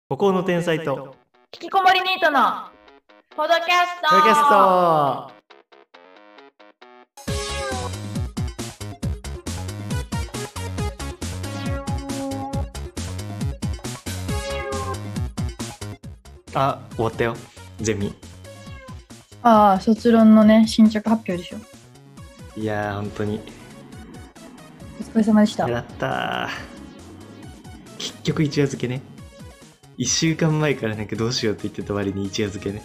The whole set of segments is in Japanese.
孤高の天才と引きこもりニートのポッドキャスト。 ポッドキャスト。終わったよゼミ。 卒論のね、進捗発表でしょ。 いやー本当にお疲れ様でした。 やったー。結局一夜漬けね。1週間前からなんかどうしようって言ってた割に一夜漬けね。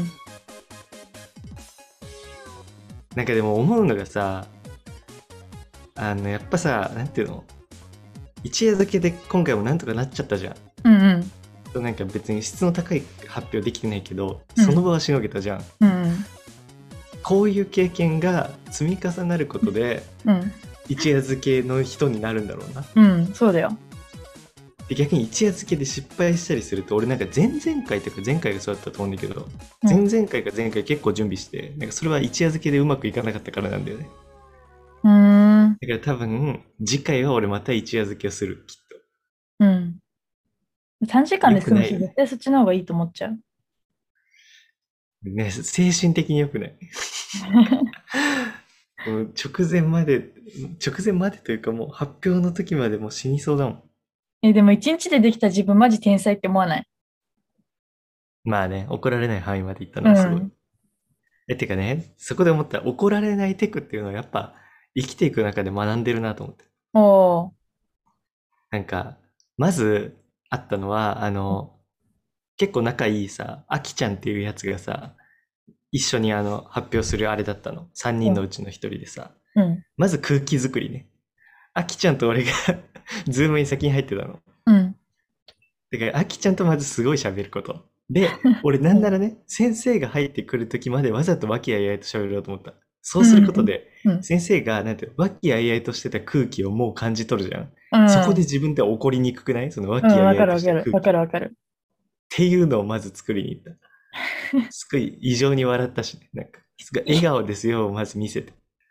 なんかでも思うのがさ、やっぱさ、なんていうの、一夜漬けで今回もなんとかなっちゃったじゃん。なんか別に質の高い発表できてないけど、その場はしのげたじゃん。こういう経験が積み重なることで、一夜漬けの人になるんだろうな。 そうだよ。 で逆に一夜漬けで失敗したりすると、俺なんか前々回とか前回がそうだったと思うんだけど、前々回か前回結構準備して、なんかそれは一夜漬けでうまくいかなかったからなんだよね。だから多分次回は俺また一夜漬けをする、きっと。短時間で済むし、 よくない絶対そっちの方がいいと思っちゃう。 ね、精神的に良くない。もう直前までというかもう発表の時までもう死にそうだもん。 でも一日でできた自分マジ天才って思わない？ まあね、怒られない範囲までいったのはすごい。てかね、そこで思ったら怒られないテクっていうのはやっぱ生きていく中で学んでるなと思って。なんか、まずあったのは、結構仲いいさ、あきちゃんっていうやつがさ、一緒に発表するあれだったの。3人のうちの1人でさ、まず空気作りね。あきちゃんと俺がズームに先に入ってたの。だからあきちゃんとまずすごい喋ること。で、俺なんならね、先生が入ってくる時までわざと和気あいあいと喋ろうと思った。そうすることで、先生がなんて和気あいあいとしてた空気をもう感じ取るじゃん。そこで自分で怒りにくくない？その和気あいあいとした空気。 わかる。 っていうのをまず作りに行った。すごい異常に笑ったしね。なんか、すごい笑顔ですよをまず見せて。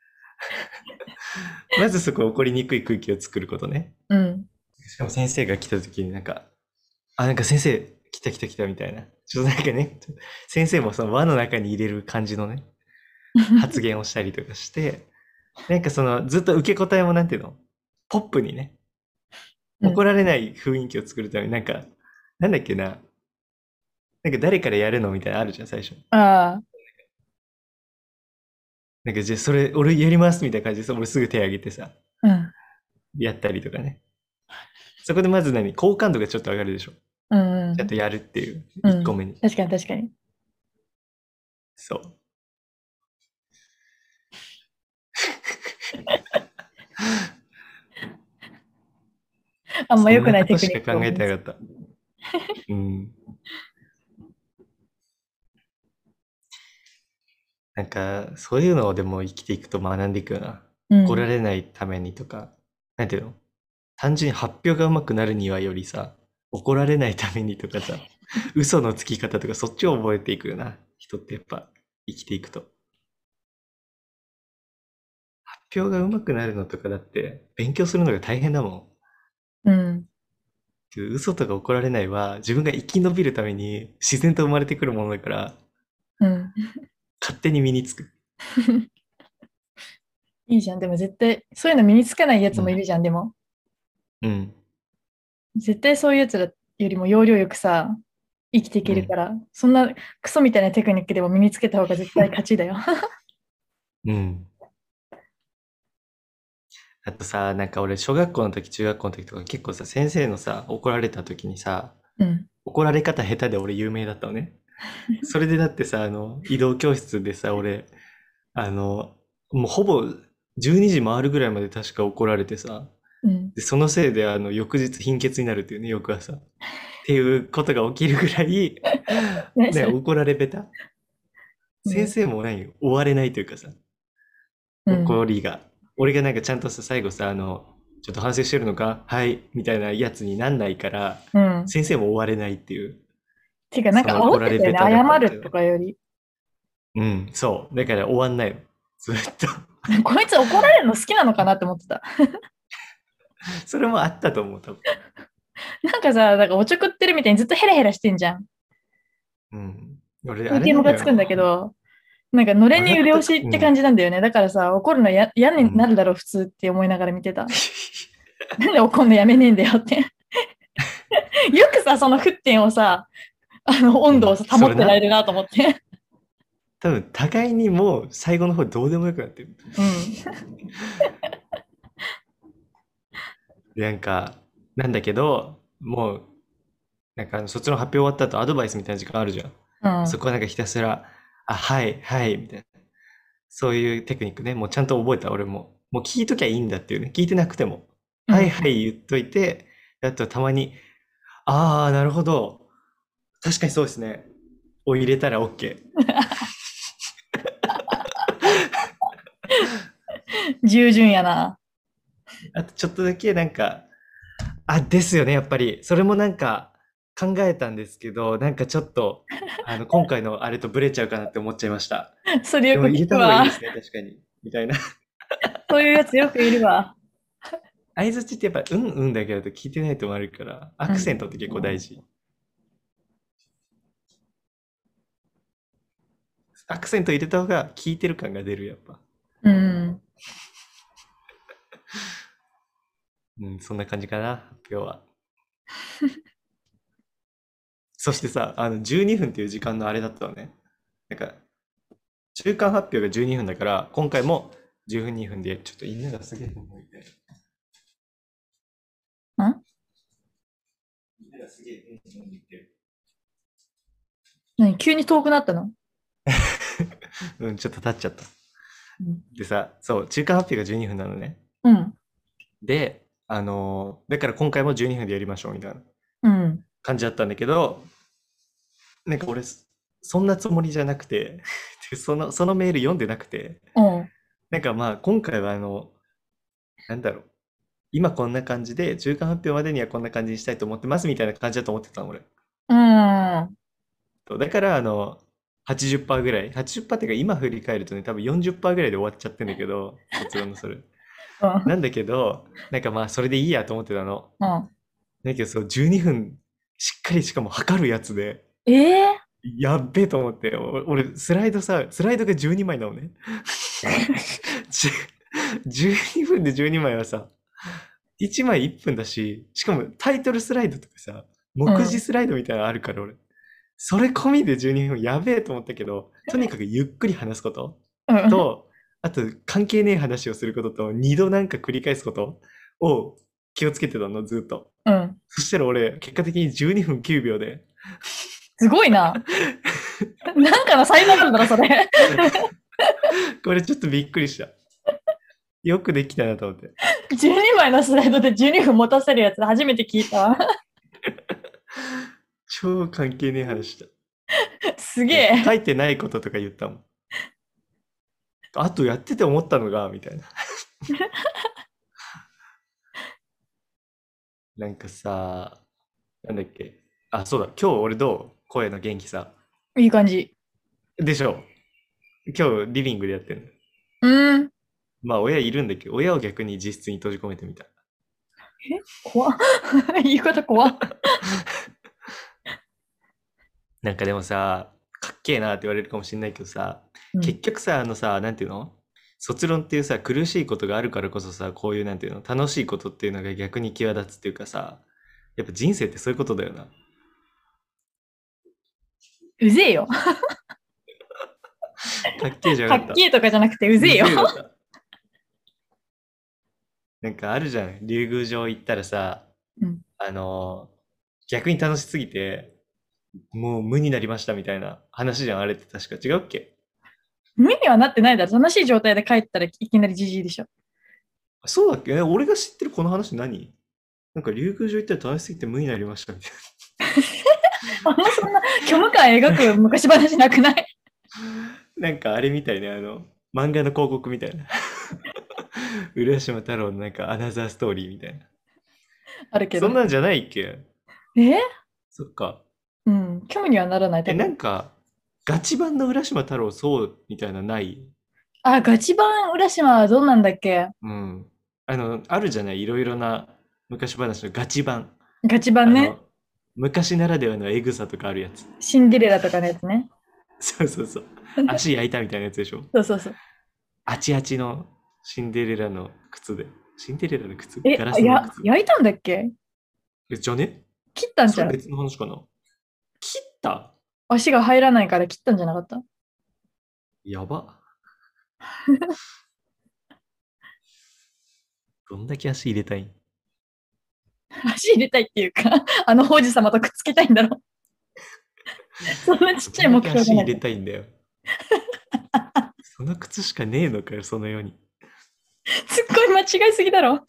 まずそこ怒りにくい空気を作ることね。しかも先生が来た時になんか、なんか先生来たみたいな。ちょっとなんかね、先生もその輪の中に入れる感じのね、発言をしたりとかして、なんかそのずっと受け答えもなんていうの、ポップにね、怒られない雰囲気を作るためになんか、なんだっけな、なんか誰からやるのみたいなのあるじゃん、最初。なんかじゃあそれ、俺やりますみたいな感じで、俺すぐ手挙げてさ、やったりとかね。そこでまず好感度がちょっと上がるでしょ。ちゃんとやるっていう、1個目に。 確かに。 そう。 あんま良くないテクニック。 そんなことしか考えてなかった。なんか、そういうのをでも生きていくと学んでいくよな。怒られないためにとか、なんていうの？単純に発表がうまくなるにはよりさ、怒られないためにとかさ、嘘のつき方とかそっちを覚えていくよな。人ってやっぱ生きていくと。発表がうまくなるのとかだって勉強するのが大変だもん。嘘とか怒られないは自分が生き延びるために自然と生まれてくるものだから、勝手に身につく。 いいじゃん。でも絶対そういうの身につかないやつもいるじゃん。でも絶対そういうやつらよりも要領よくさ生きていけるから、そんなクソみたいなテクニックでも身につけた方が絶対勝ちだよ。 あとさ、なんか俺小学校の時中学校の時とか結構さ、先生のさ怒られた時にさ、怒られ方下手で俺有名だったのね。それでだってさ、移動教室でさ、俺もうほぼ12時回るぐらいまで確か怒られてさ、でそのせいで翌日貧血になるっていうね、翌朝っていうことが起きるぐらいね、怒られべた。先生も終われないというかさ、怒りが、俺がなんかちゃんとさ最後さちょっと反省してるのかはいみたいなやつになんないから、先生も終われないっていう。 てかなんか怒られてたよね、謝るとかより。 そうだから終わんないのずっと。 こいつ怒られるの好きなのかなって思ってた。 それもあったと思う多分。 なんかさ、なんかおちょくってるみたいにずっとヘラヘラしてんじゃん。 うん。俺、 余計あれなのよ。 ムカつくんだけど、なんかのれんに腕押しって感うん。 じなんだよね。だからさ、怒るの嫌になうん。 るだろう、普通って思いながら見てた。なんで怒んのやめねえんだよって。よくさ、その沸点をさ、温度をうん。 さ保それな、 ってられるなと思って。 多分互いにもう最後の方どうでもよくなってる。 うん。 でなんか、なんだけど、もう、卒論発表終わった後アドバイスみたいな時間あるじゃん。 うん。 そこはなんかひたすら、あ、はい、はい、みたいな。そういうテクニックね、もうちゃんと覚えた、俺も。もう聞いときゃいいんだっていうね。聞いてなくても。はい、 うん。 はい、言っといて、あとたまに、ああ、なるほど。確かにそうですね。を入れたら OK。 従順やな。 あとちょっとだけあ、ですよね、やっぱり。それも考えたんですけど、ちょっと、今回のあれとブレちゃうかなって思っちゃいました。 それよくでも入れた方がいい聞くわ。 ですね、確かに。みたいな。 そういうやつよくいるわ。 相槌ってやっぱ、うんうんだけだと聞いてないともあるから、アうん。 クセントって結構大事。アクセント入れた方が聞いてる感が出る、やっぱ。 うん。 うん、そんな感じかな、今日は。そしてさ、12分っていう時間のあれだったのね。なんか、中間発表が12分だから、今回も10分2分で、ちょっと犬がすげえと思いて。犬がすげえと思いて。 何急に遠くなったの？ うん、ちょっと経っちゃった。 うん。 でさ、そう、中間発表が12分なのね。 うん。 で、だから今回も12分でやりましょうみたいなうん。 感じだったんだけど、俺、そんなつもりじゃなくて、でそのメール読んでなくて、 うん。 まあ今回はなんだろう、今こんな感じで、中間発表までにはこんな感じにしたいと思ってますみたいな感じだと思ってたの、俺。 うん。 だから80%ぐらい、80%っていうか今振り返るとね、多分40%ぐらいで終わっちゃってんだけど、卒論のそれ。 うん。 なんだけど、まあそれでいいやと思ってたの。 うん。 だけどそう、12分しっかりしかも測るやつで、 ええやっべえと思って、俺スライドが12枚なのね。じゅ12分で12枚はさ、1枚1分だし、しかもタイトルスライドとかさ、目次うん。 スライドみたいなのあるから俺。それ込みで12分やべえと思ったけど、とにかくゆっくり話すことうん。 と、あと関係ねえ話をすることと、2度繰り返すことを気をつけてたの、ずっと。 うん。 そしたら俺、結果的に12分9秒で、 すごいな。なんかの才能なんだろ、それ。 これちょっとびっくりした。よくできたなと思って。 12枚のスライドで12分持たせるやつ初めて聞いたわ。 超関係ねえ話した。 すげえ。 書いてないこととか言ったもん。あとやってて思ったのが、みたいな。さ、なんだっけ。あ、そうだ。今日俺どう声の元気さ。 いい感じ。 でしょ。今日リビングでやってるの。 うん。 まあ親いるんだけど、親を逆に自室に閉じ込めてみた。 怖っ。言い方怖っ。 でもさ、かっけえなって言われるかもしれないけどさ、 うん。 結局さ、なんていうの、卒論っていうさ、苦しいことがあるからこそさ、こういうなんていうの、楽しいことっていうのが逆に際立つっていうかさ、やっぱ人生ってそういうことだよな。 うぜえよ。 かっけえじゃかなかった。 っけえとかじゃなくてうぜうえよ。 ぜえだった。あるじゃん。竜宮城行ったらさ、 うん。 あのー逆に楽しすぎて、もう無になりましたみたいな話じゃん、あれって確か違うっけ？ 無にはなってないだろ。楽しい状態で帰ったらいきなりじじいでしょ。 そうだっけね、俺が知ってるこの話何？竜宮城行ったら楽しすぎて無になりましたみたいそんな虚無感描く昔話なくない？ な。あれみたいね、漫画の広告みたいな。浦島太郎のアナザーストーリーみたいな。 あるけど。 そんなんじゃないっけ？ えそっか。 うん。虚無にはならない、多え、 分。 ガチ版の浦島太郎そうみたいなない？ あ、ガチ版浦島はどうなんだっけ？ うん。あるじゃない、いろいろな昔話のガチ版。 ガチ版ね。 昔ならではのエグさとかあるやつ。 シンデレラとかのやつね。 そうそうそう。足焼いたみたいなやつでしょ。 そうそうそう。 あちあちのシンデレラの靴で。シンデレラの靴え、 ガラスの靴。 焼いたんだっけ？ じゃあね、 切ったんちゃう？ それ別の話かな。切った？ 足が入らないから切ったんじゃなかった？ やば。どんだけ足入れたいん？ 足入れたいっていうか、あの王子様とくっつけたいんだろう。そんなちっちゃい目標じゃない。 足入れたいんだよ。その靴しかねえのかよ、その世に。 すっごい間違いすぎだろ。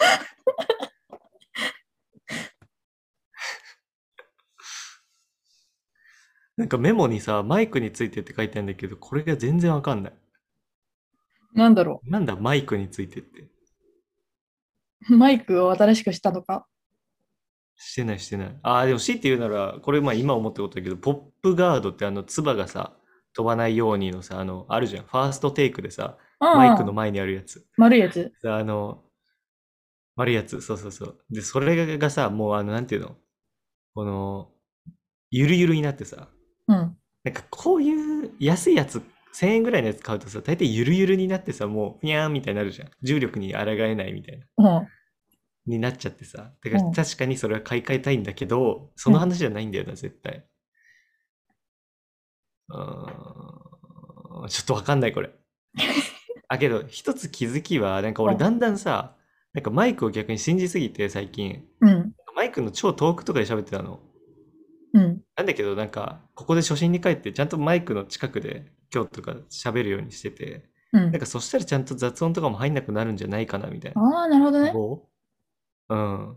なんかメモにさ、マイクについてって書いてあるんだけど、これが全然わかんない。 なんだろなんだ、マイクについてって。 う。マイクを新しくしたとか。 してないしてない。ああ、でも強いて言うなら、これまあ今思ったことだけど、ポップガードって唾がさ、飛ばないようにのさ、あるじゃん。ファーストテイクでさ、マイうんうん。 クの前にあるやつ。 丸いやつ。 さ丸いやつ。そうそうそう。で、それがさ、もうなんていうのこの、ゆるゆるになってさ、 うん。 なんかこういう安いやつ、1000円ぐらいのやつ買うとさ、大体ゆるゆるになってさ、もう、にゃーんみたいになるじゃん。重力に抗えないみたいな。 うん。 になっちゃってさ。だからうん。 確かにそれは買い替えたいんだけど、そうん。 の話じゃないんだよな、絶対。うーん、ちょっとわかんない、これ。あ、けど、一つ気づきは、なんかうん。 俺だんだんさ、なんかマイクを逆に信じすぎて、最近。 うん。 マイクの超遠くとかで喋ってたの。 うん。 なんだけど、なんか、ここで初心に帰って、ちゃんとマイクの近くで今日とか喋るようにしてて、 うん。 なんかそしたらちゃんと雑音とかも入んなくなるんじゃないかな、みたいな。 ああ、なるほどね。 どう？うん。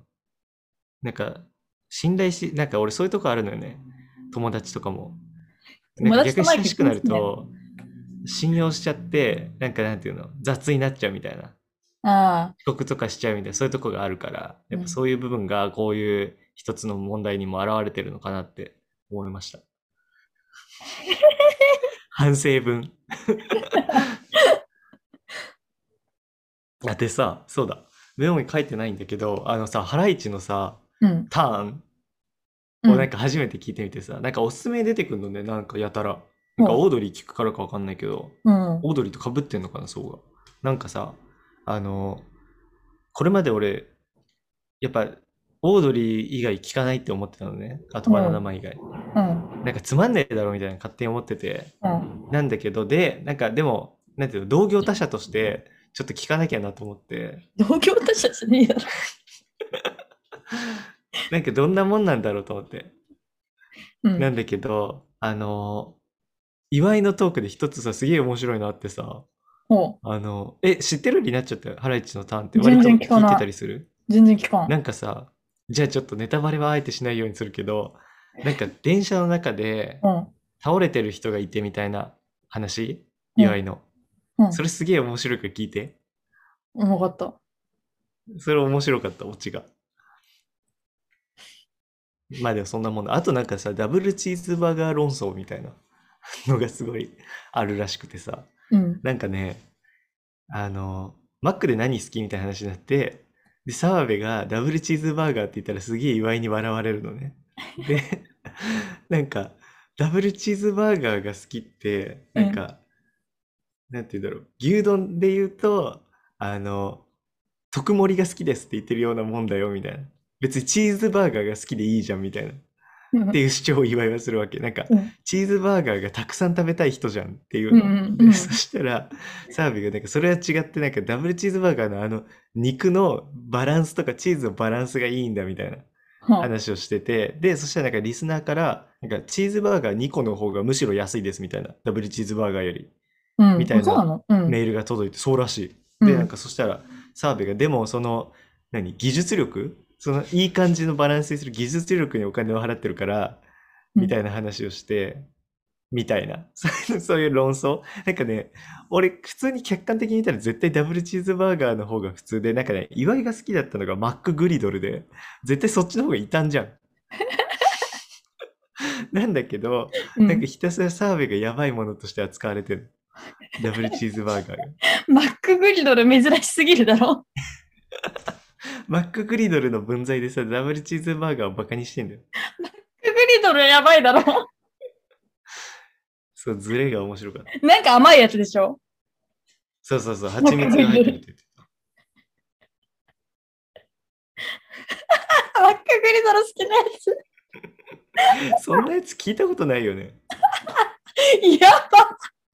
なんか、信頼し、なんか俺そういうとこあるのよね。友達とかも。なん友か達とマイク一逆に親しくな緒にすんね。 ると、信用しちゃって、なんかなんていうの、雑になっちゃうみたいな。 ああ。 遅刻とかしちゃうみたいな、そういうとこがあるから、やっぱうん。 そういう部分がこういう一つの問題にも現れてるのかなって思いました。反省文。あ、でさ、そうだ。メモに書いてないんだけど、ハライチのさ、 うん。 ターンうん。 をなんか初めて聞いてみてさ、なんかおすすめ出てくるのね、なんかやたら。なんかほオードリー聞くからかわかんないけど、 う。うん。 オードリーと被ってんのかな、そうが。なんかさ、あの、これまで俺、やっぱ、オードリー以外聞かないって思ってたのね。あとバナナうん。 マン以外。 うん。 なんかつまんねえだろみたいな勝手に思ってて。 うん。 なんだけど、で、なんかでも、なんていうの、同業他社として、ちょっと聞かなきゃなと思って、 同業他社じゃねえだろ。 なんかどんなもんなんだろうと思って。 うん。 なんだけど、岩井のトークで一つさ、すげえ面白いなってさ、 ほ知ってるになっちゃったよ。ハライチのターンってう。全割と聞いてた然聞かない。 りする？ 全然聞かん。 なんかさ、じゃあちょっとネタバレはあえてしないようにするけど、なんか電車の中でうん。 倒れてる人がいてみたいな話、 うん。 岩井の。 うん。 それすげえ面白いから聞いて。 わかった。 それ面白かった、オチが。まあでもそんなもんだ。あとなんかさ、ダブルチーズバーガー論争みたいなのがすごいあるらしくてさ。 うん。 なんかね、マックで何好きみたいな話になって、で、澤部がダブルチーズバーガーって言ったらすげえ祝いに笑われるのね。で、なんか、ダブルチーズバーガーが好きって、 うん。 なんか、なんて言うんだろう、牛丼で言うと、あの、特盛りが好きですって言ってるようなもんだよ、みたいな。別にチーズバーガーが好きでいいじゃん、みたいな。っていう主張を祝いはするわけ。なんか、 うん。 チーズバーガーがたくさん食べたい人じゃんっていううん。 の。で、そうん。 したら、澤部がなんかそれは違って、なんかダブルチーズバーガーの肉のバランスとかチーズのバランスがいいんだみたいなは話をしてて、で、そしたらなんかリスナーから、なんかチーズバーガー2個の方がむしろ安いですみたいな。ダブルチーズバーガーより。 うん。あ、 みたいなそうなの？うん。 メールが届いて、そうらしい。で、なんうん。 かそしたら、澤部が、でも技術力そのいい感じのバランスにする技術力にお金を払ってるから、 うん。 みたいな話をして、みたいな。そういう論争。なんかね、俺、普通に客観的に見たら絶対ダブルチーズバーガーの方が普通で、なんかね、岩井が好きだったのがマックグリドルで、絶対そっちの方が異端じゃん。なんだけど、 うん。 なんかひたすら澤部がやばいものとして扱われてる。ダブルチーズバーガーが。 マックグリドル珍しすぎるだろ。 マックグリドルの分際でさ、ダブルチーズバーガーをバカにしてんだよ。 グリドルやばいだろ。 そう、ズレが面白かった。 なんか甘いやつでしょ。 そうそうそう、蜂蜜が入ってるって言ってマックグリドル好きなやた。そんなやつ聞いたことないよね。 つ。やば。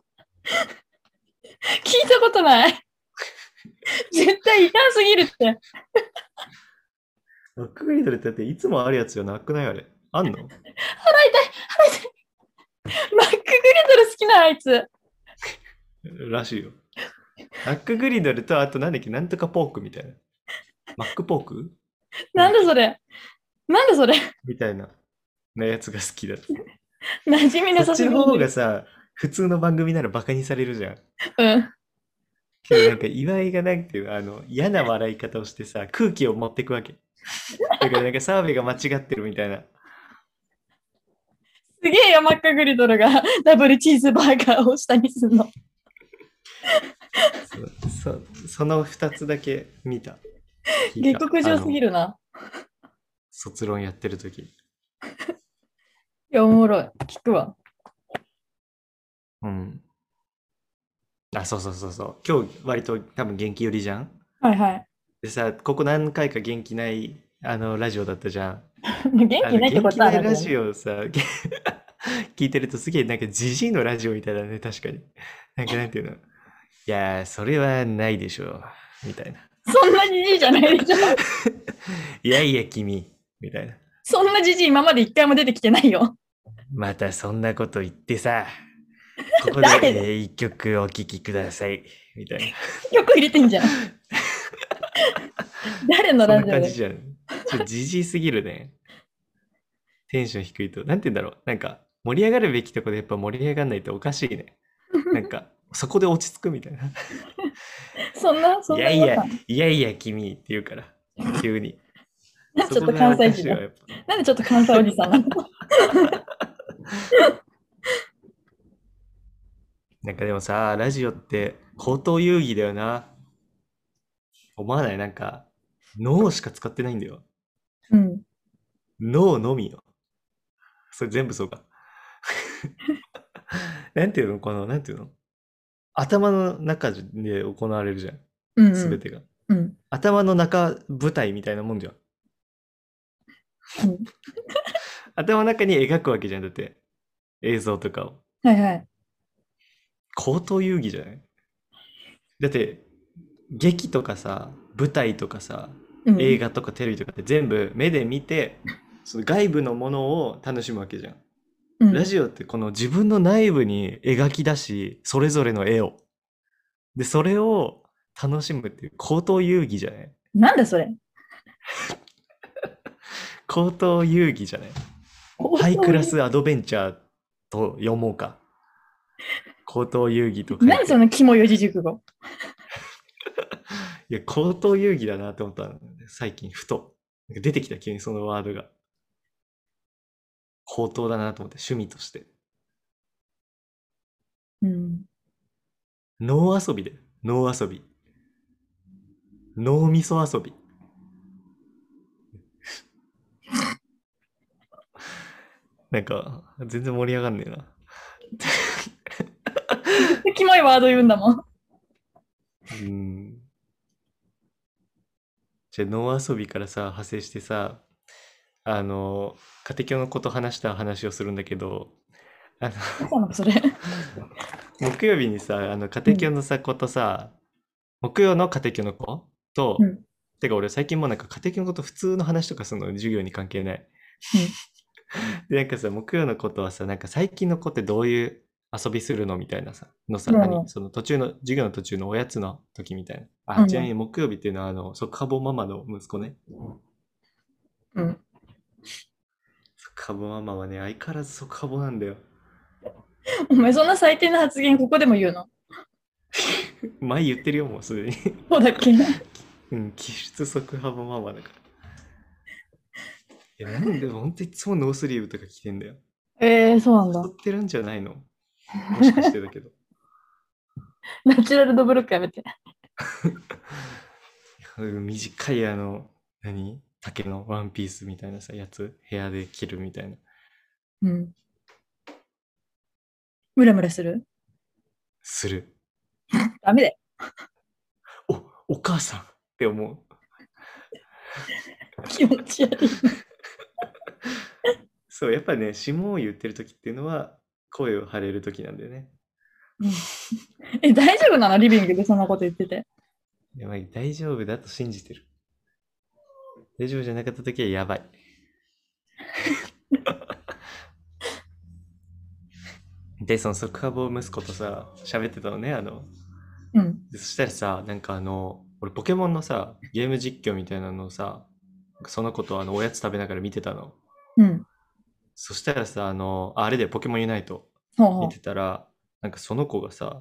聞いたことない。絶対いかんすぎるって。 マックグリドルってだっていつもあるやつじゃなくないあれ。あんの？ 払いたい、払いたい。マックグリドル好きなあいつ。 らしいよ。マックグリドルと、あとなんだっけ、なんとかポークみたいな。マックポークなんでそれ。なんでそれ。 みたいなやつが好きだった。 馴染みなそっちのさすぎる。 方がさ、普通の番組ならバカにされるじゃん。 うん。 けどなんか岩井がなんていうの、嫌な笑い方をしてさ、空気を持ってくわけ。だからなんか澤部が間違ってるみたいな。 すげえよ、マックグリドルがダブルチーズバーガーを下にすんの。 その2つだけ見た。 下克上すぎるな。 卒論やってる時。 いや、おもろい。聞くわ。 うん。あ、そうそうそうそう。今日割と多分元気寄りじゃん。 はいはい。 でさ、ここ何回か元気ないラジオだったじゃん。 元気ないって元ことは気ないラあるよね。 ジオさ、聞いてるとすげえなんかジジイのラジオみたいだね、確かに。なんかなんていうの。いやー、それはないでしょう。みたいな。 そんなじじいじゃないでしょ。 いやいや、君。みたいな。 そんなじじい今まで一回も出てきてないよ。 またそんなこと言ってさ、ここ誰で、一曲お聴きください。みたいな。 曲入れてんじゃん。誰のそんラジオで。 な感じじゃん。じじいすぎるね。テンション低いと。なんて言うんだろう。なんか、盛り上がるべきとこでやっぱ盛り上がんないとおかしいね。なんか、そこで落ち着くみたいな。 そんな、そんな違和感。 いやいや、君って言うから。急に。 なんでちょっと関西人だ。なんでちょっと関西おじさんなの。 なんかでもさ、ラジオって口頭遊戯だよな。思わない？なんか、脳しか使ってないんだよ。 うん。 脳のみよ。それ全部そうか。なんていうのなんていうの頭の中で行われるじゃん。 うんすべてが。 うん。 頭の中舞台みたいなもんじゃん。 うん、 頭の中に描くわけじゃん。だって、映像とかを。 はいはい。 口頭遊戯じゃない？だって、劇とかさ、舞台とかさ、 うん、 映画とかテレビとかって全部目で見て、その外部のものを楽しむわけじゃん。 うん、 ラジオってこの自分の内部に描き出し、それぞれの絵を。で、それを楽しむっていう口頭遊戯じゃない？ なんだそれ。 口頭遊戯じゃない？ハイクラスアドベンチャーと読もうか。口頭遊戯と書いて。 何そのキモ四字熟語。 いや、口頭遊戯だなって思ったの、最近ふと。なんか出てきた急にそのワードが。口頭だなと思って、趣味として。 うん。 脳遊びで。脳遊び。脳みそ遊び。なんか、全然盛り上がんねえな。 キモいワード言うんだもん。 じゃあ脳遊びからさ、派生してさ、家庭教のこと話した話をするんだけど、 そうなのそれ。 木曜日にさ、家庭教のさ、ことさ、木曜の家庭教の子と、てか俺最近もうなんか家庭教のこと普通の話とかするの、授業に関係ない。で、なんかさ、木曜のことはさ、なんか最近の子ってどういう遊びするのみたいなさ、その授業の途中のおやつの時みたいな。ちなみに木曜日っていうのは、即ハボママの息子ね。 うん。 即ハボママはね、相変わらず即ハボなんだよ。 お前そんな最低な発言ここでも言うの？ 前言ってるよ、もうすでに。 そうだっけ？ うん、気質即ハボママだから。いや、なんで本当いつもノースリーブとか着てんだよ。 そうなんだ。 太ってるんじゃないの？もしかしてだけど。 ナチュラルドブロックやめて。 短い竹のワンピースみたいなさ、やつ、部屋で着るみたいな。 うん。ムラムラする？ する。 ダメだよ。 お母さんって思う。 気持ち悪いな。 そう、やっぱね、下を言ってる時っていうのは、声を張れる時なんだよね。 うん、大丈夫なの？リビングでそんなこと言ってて。 やばい、大丈夫だと信じてる。大丈夫じゃなかった時はやばい。で、その即ハボ息子とさ、喋ってたのね、 うん。 そしたらさ、俺ポケモンのさ、ゲーム実況みたいなのをさ、その子とおやつ食べながら見てたの。 うん。 そしたらさ、あれでポケモンユナイト見ほうほてたら、その子がさ、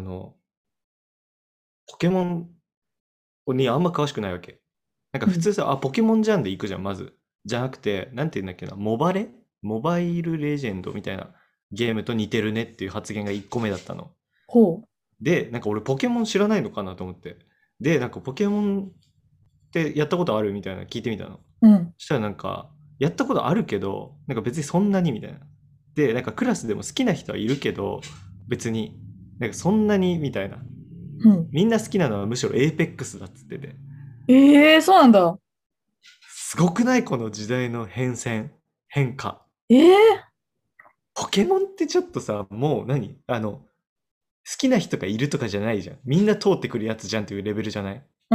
ポケモンにあんま詳しくないわけ。 う。うん。 普通さ、ポケモンじゃんで行くじゃん、まず。じゃなくて、なんて言うんだっけな、モバイルレジェンドみたいなゲームと似てるねっていう発言が1個目だったの。 ほで、俺ポケモン知らないのかなと思って。で、ポケモンってやったことあるみたいな聞いてみたの。 う。うん。 そしたらやったことあるけど、別にそんなにみたいな。で、クラスでも好きな人はいるけど、別に、そんなにみたいな。 うん。 みんな好きなのはむしろエーペックスだっつってて。 そうなんだ。 すごくないこの時代の変化。 えー、 ポケモンってちょっとさ、もう好きな人がいるとかじゃないじゃん。みんな通ってくるやつじゃんっていうレベルじゃない？ うん。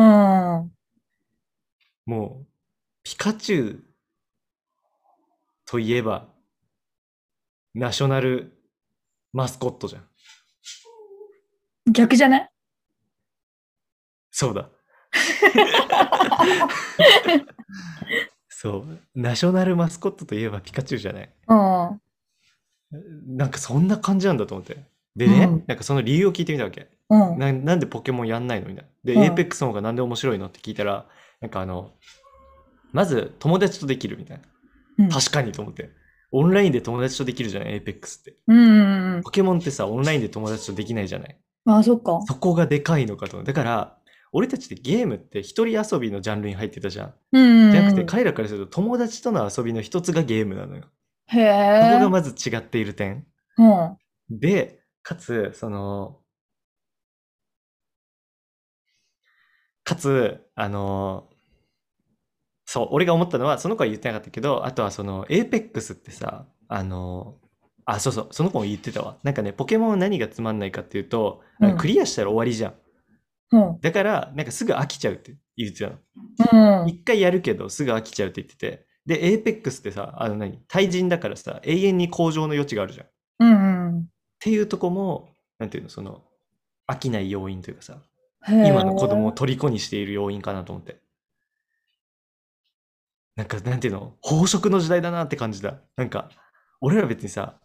もう、ピカチュウといえば、ナショナルマスコットじゃん。 逆じゃない？ そうだ。そう。ナショナルマスコットといえばピカチュウじゃない。 うん。 そんな感じなんだと思って。でね、 うん。 その理由を聞いてみたわけ。 うん。 なんでポケモンやんないのみたいな。で、エーペうん。 ックスの方がなんで面白いのって聞いたら、まず友達とできるみたいな。 うん。 確かにと思って。オンラインで友達とできるじゃない、エーペックスって。 うん。うん。 ポケモンってさ、オンラインで友達とできないじゃない。 あ、そっか。 そこがでかいのかと思う。だから、俺たちってゲームって一人遊びのジャンルに入ってたじゃん。 うじゃなくて、 ん。 彼らからすると友達との遊びの一つがゲームなのよ。 へそこがえ。 まず違っている点。 うん。 で、かつ、そう、俺が思ったのは、その子は言ってなかったけど、あとはエーペックスってさ、そうそう、その子も言ってたわ。ポケモンは何がつまんないかっていうと、 うん。 クリアしたら終わりじゃん。 うん。 だから、すぐ飽きちゃうって言ってたの。 うん。 一回やるけど、すぐ飽きちゃうって言ってて。で、エーペックスってさ、対人だからさ、永遠に向上の余地があるじゃん。っうん。 ていうとこも、なんていうの、飽きない要因というかさ、 へ今の子供をえ。 虜にしている要因かなと思って。なんていうの、飽食の時代だなって感じだ。俺ら別にさ、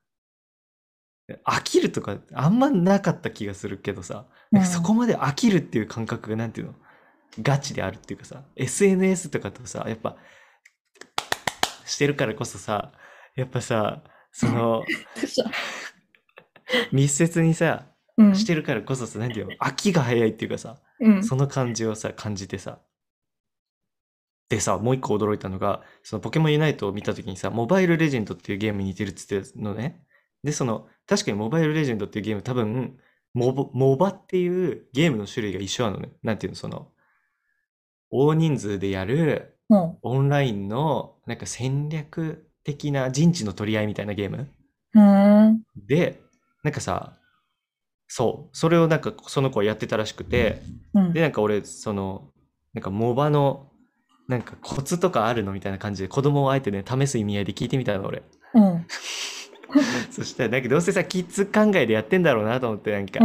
飽きるとかあんまなかった気がするけどさ、そうん。 こまで飽きるっていう感覚がなんていうの、ガチであるっていうかさ、SNS とかとさ、やっぱ、してるからこそさ、やっぱさ、 どうした？ 密接にさ、 うん。 してるからこそさ、なんていうの、飽きが早いっていうかさ、 うん。 その感じをさ、感じてさ。でさ、もう一個驚いたのが、そのポケモンユナイトを見たときにさ、モバイルレジェンドっていうゲームに似てるっつってのね。で、確かにモバイルレジェンドっていうゲーム多分、モバっていうゲームの種類が一緒なのね。なんていうの、大人数でやるうん。 オンラインの戦略的な陣地の取り合いみたいなゲームうん。 で、さ、そう、それをその子はやってたらしくて、で、 うん。 俺、モバの、コツとかあるのみたいな感じで子供をあえてね、試す意味合いで聞いてみたの、俺。 うん。 そしたら、どうせさ、キッズ考えでやってんだろうなと思って、 うん。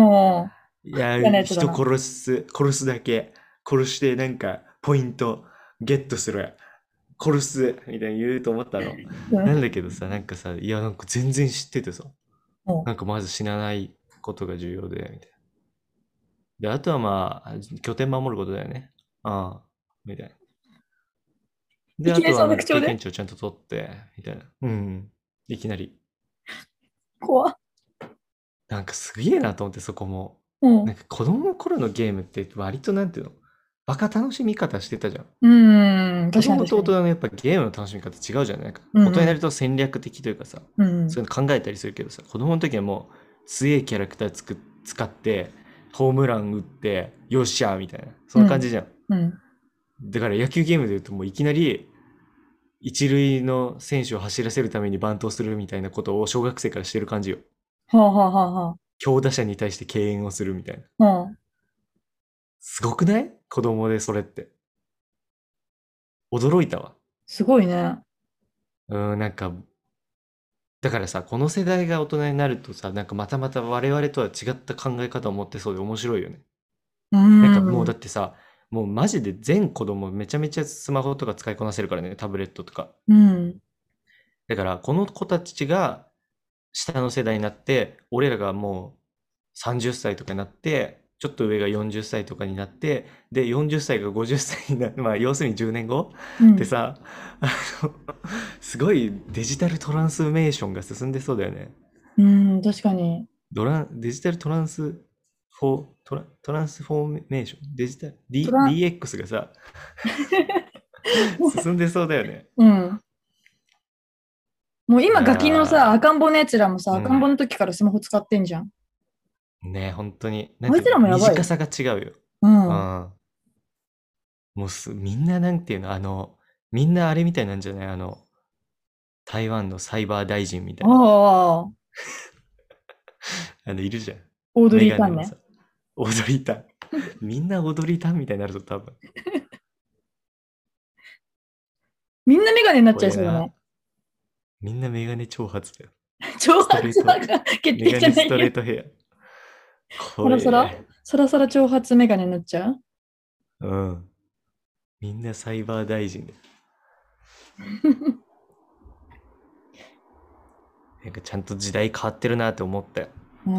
いや、 嫌なやつだ人な。 殺すだけ、殺してポイントゲットする。殺す、みたいに言うと思ったの。 うん。 なんだけどさ、いや、全然知っててさ、 うん。 まず死なないことが重要で、みたいな。で、あとはまあ、拠点守ることだよね。ああ、みたいな。で、あとはいきなりそんな口調経験で？ 値をちゃんと取って、みたいな。うん。いきなり。 怖っ。 すげえなと思って、そこも。 うん。 子供の頃のゲームって割となんていうの、 バカ楽しみ方してたじゃん。子確かに供と大確かに。 人のやっぱゲームの楽しみ方違うじゃん。なんかうんうん。 大人になると戦略的というかさ、そういうの考えたりするけどさ、子供の時はもう強いキャラクター使って、ホームラン打って、よっしゃーみたいな。そんな感じじゃん。 うん。 だから野球ゲームで言うともういきなり、一塁の選手を走らせるためにバントをするみたいなことを小学生からしてる感じよ。 はあはあはあは強打者に対して敬遠をするみたいな。 あ。はあ。 すごくない子供でそれって。驚いたわ。 すごいね。 なんか、だからさ、この世代が大人になるとさ、なんかまたまた我々とは違った考え方を持ってそうで面白いよね。 うなんかもうだん。 ってさ、もうマジで全子供めちゃめちゃスマホとか使いこなせるからね、タブレットとか。 うん。 だからこの子たちが下の世代になって、俺らがもう30歳とかになって、ちょっと上が40歳とかになって、で、40歳が50歳になって、まあ要するに10年後うん。 でさ、あの、すごいデジタルトランスメーションが進んでそうだよね。 うん。確かに。 デジタルトランストランスフォーメーション、デジタル、 トラ、 DX がさ、進んでそうだよね。 うん。もうい今ガキのさ、 や赤ん坊のやつらもさ、 ー、うん。 赤ん坊の時からスマホ使ってんじゃん。 ね、本当に。なんていうの、 あいつらもやばいよ。 短さが違うよ。 うん。 うん。もうみんななんていうの、みんなあれみたいなんじゃない台湾のサイバー大臣みたあいな。 あ、 いるじゃん。 オードメリータンね。 ガネのさ、踊りたん。みんな踊りたんみたいになると多分。 みんなメガネになっちゃい怖えな。 そうだね。 みんなメガネ長髪だよ。 長ストレート。 髪が決メ定ガネストじゃないよ。 レートヘア。 サラサラ怖え。 サラサラ長髪メガネになっちゃう。 うん。みんなサイバー大臣だよ。なんかちゃんと時代変わってるなって思ったよ。 うん。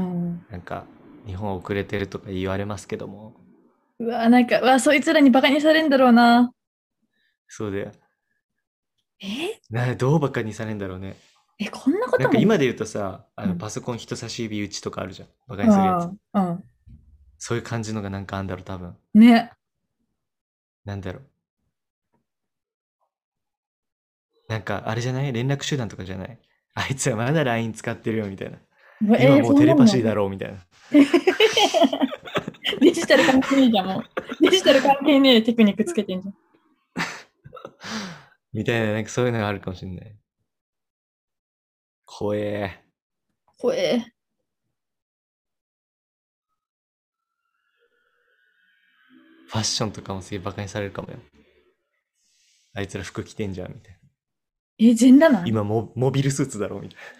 なんか、日本遅れてるとか言われますけども。 うわ、なんか、うわ、そいつらにバカにされるんだろうな。 そうだよ。 えどうバカにされんだろうね。 こんなことも。 なんか今で言うとさ、 うん。 パソコン人差し指打ちとかあるじゃん。バカにするやつ。 ああ、うん。 そういう感じのがなんかあんだろう、多分。 ね。 なんだろう。なんか、あれじゃない、連絡手段とかじゃない、あいつはまだ LINE 使ってるよ、みたいな。今もうそんなの。 テレパシーだろう、みたいな。 デジタル関係ねえじゃん、もう。デジタル関係ねえテクニックつけてんじゃん。 みたいな、なんかそういうのがあるかもしれない。怖え。 怖え。 ファッションとかもすげえバカにされるかもよ。あいつら服着てんじゃん、みたいな。 全裸なん？ 今モビルスーツだろ、みたいな。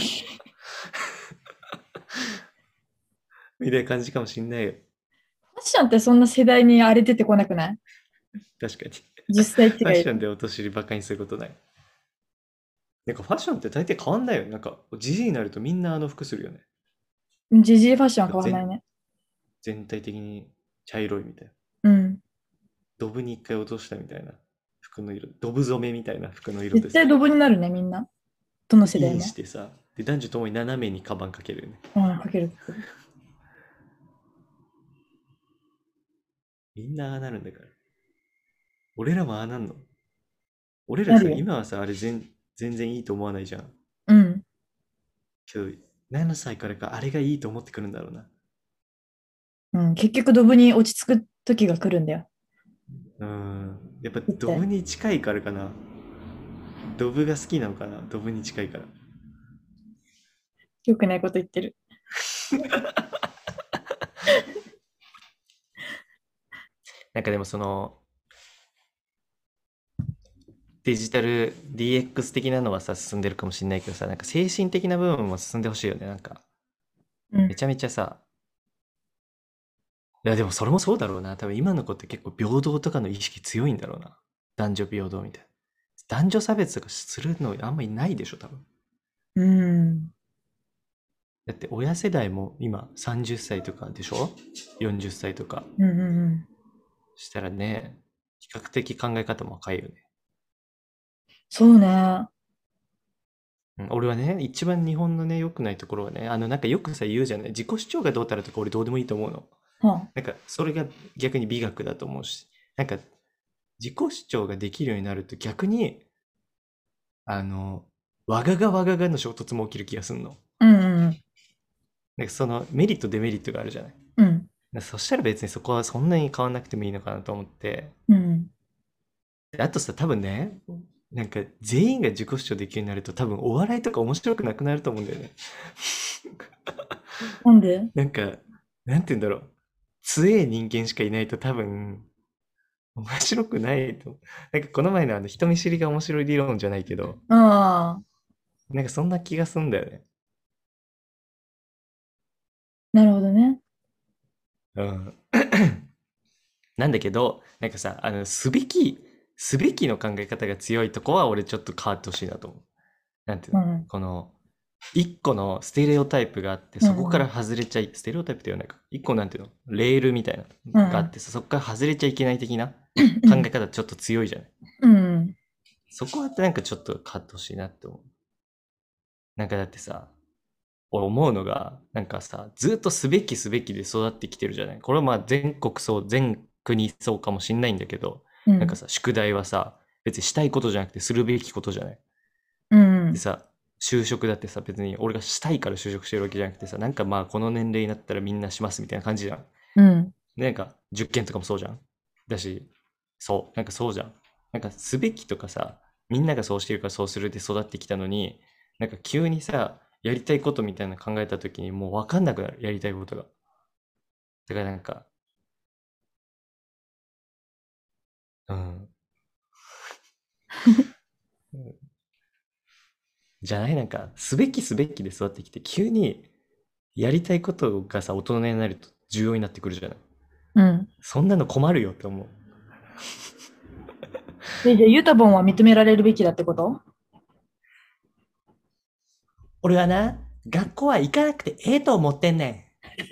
みたいな感じかもしんないよ。 ファッションってそんな世代にあれ出てこなくない？ 確かに。 10 歳違いで。 ファッションでお年寄りバカにすることない。なんかファッションって大体変わんないよね。なんか、じじいになるとみんなあの服するよね。 ジジイファッションはなんか変わらないね。 全体的に茶色いみたいな。 うん。 ドブに一回落としたみたいな服の色。ドブ染めみたいな服の色でさ、 絶対ドブになるね、みんな。どの世イン代も。 してさ、で、男女ともに斜めにカバンかけるよね。 うん、かけるかける。 みんなああなるんだから。俺らもああなんの。俺らさ、 なるよ。 今はさ、あれ全然いいと思わないじゃん。 うん。 けど、7歳からかあれがいいと思ってくるんだろうな。 うん、結局ドブに落ち着く時が来るんだよ。 やっぱ絶対。 ドブに近いからかな。ドブが好きなのかな。ドブに近いから。 よくないこと言ってる。 なんかでもデジタル DX 的なのはさ、進んでるかもしれないけどさ、なんか精神的な部分も進んでほしいよね。なんか、 うん。 めちゃめちゃさ、いやでもそれもそうだろうな。多分今の子って結構平等とかの意識強いんだろうな。男女平等みたいな。男女差別とかするのあんまりないでしょ、多分。 うん。 だって親世代も今30歳とかでしょ？ 40 歳とか。 うんうんうん。 したらね、比較的考え方も若いよね。 そうね。 俺はね、一番日本のね、良くないところはね、なんかよくさ、言うじゃない。自己主張がどうたらとか俺どうでもいいと思うの。 はなんか、それが逆に美学だと思うし。 なんか自己主張ができるようになると逆に、あの、わががわががの衝突も起きる気がするの。 うんうん。 なんかそのメリットデメリットがあるじゃない。 うん。 そしたら別にそこはそんなに変わんなくてもいいのかなと思って。 うん。 であとさ、多分ね、なんか全員が自己主張できるようになると多分お笑いとか面白くなくなると思うんだよね。 なんで？ なんか、なんて言うんだろう。強い人間しかいないと多分面白くないと。なんかこの前の人見知りが面白い理論じゃないけど、 ああ、 なんかそんな気がすんだよね。 なるほどね。 うん。なんだけど、なんかさ、すべきの考え方が強いとこは俺ちょっと変わってほしいなと思う。なんていうの、 うん。 この、一個のステレオタイプがあって、そこからうん。 外れちゃい、ステレオタイプって言わないか。一個なんていうの、レールみたいなうん。 のがあってさ、そこから外れちゃいけない的な考えうん。 方ちょっと強いじゃない。 うん。 そこはなんかちょっと変わってほしいなって思う。なんかだってさ、俺思うのが、なんかさ、ずっとすべきで育ってきてるじゃない。これはまあ全国そう、全国そうかもしんないんだけど、 うん。 なんかさ、宿題はさ、別にしたいことじゃなくてするべきことじゃない。 うん。 でさ、就職だってさ、別に俺がしたいから就職してるわけじゃなくてさ、なんかまあこの年齢になったらみんなしますみたいな感じじゃん。 うん。 でなんか受験とかもそうじゃん。だし、そう、なんかそうじゃん。なんかすべきとかさ、みんながそうしてるからそうするで育ってきたのに、なんか急にさ、やりたいことみたいなの考えた時にもうわかんなくなる、やりたいことが。だからなんか、うん。じゃないなんか、すべきで育ってきて、急にやりたいことがさ、大人になると重要になってくるじゃない。 うん。 そんなの困るよって思う。 で、じゃあ、ユタボンは認められるべきだってこと？ 俺はな、学校は行かなくてええと思ってんね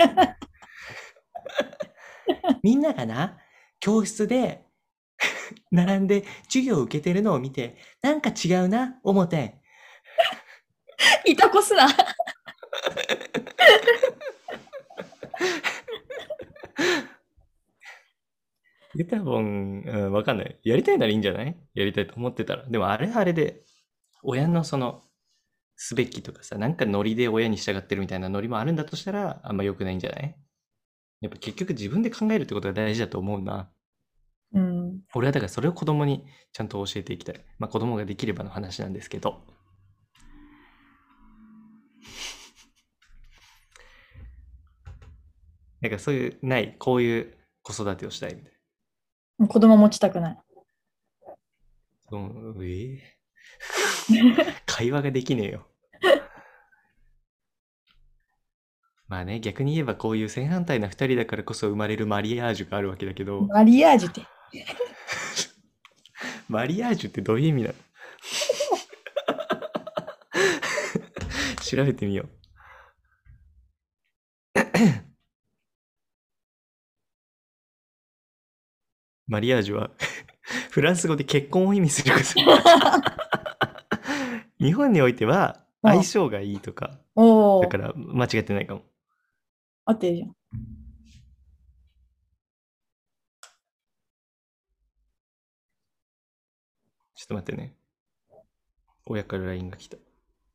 ん。みんながな、教室で並んで授業を受けてるのを見て、なんか違うな、思てん。 いたこすな。 ユタボン、うん、わかんない。やりたいならいいんじゃない？やりたいと思ってたら。でもあれはあれで、親のその、すべきとかさ、なんかノリで親に従ってるみたいなノリもあるんだとしたら、あんま良くないんじゃない？やっぱ結局自分で考えるってことが大事だと思うな。 うん。 俺はだからそれを子供にちゃんと教えていきたい。まあ子供ができればの話なんですけど。なんかそういう、ない、こういう子育てをしたいみたい子供持ちたくない。 な。うん、会話ができねえよ。まあね、逆に言えばこういう正反対な二人だからこそ生まれるマリアージュがあるわけだけど、 マリアージュって。 マリアージュってどういう意味なの？調べてみよう。マリアージュはフランス語で結婚を意味すること。日本においてはうん。 相性がいいとか、だおー、 から間違ってないかも。 合ってるじゃん。 ちょっと待ってね。親から LINE が来た。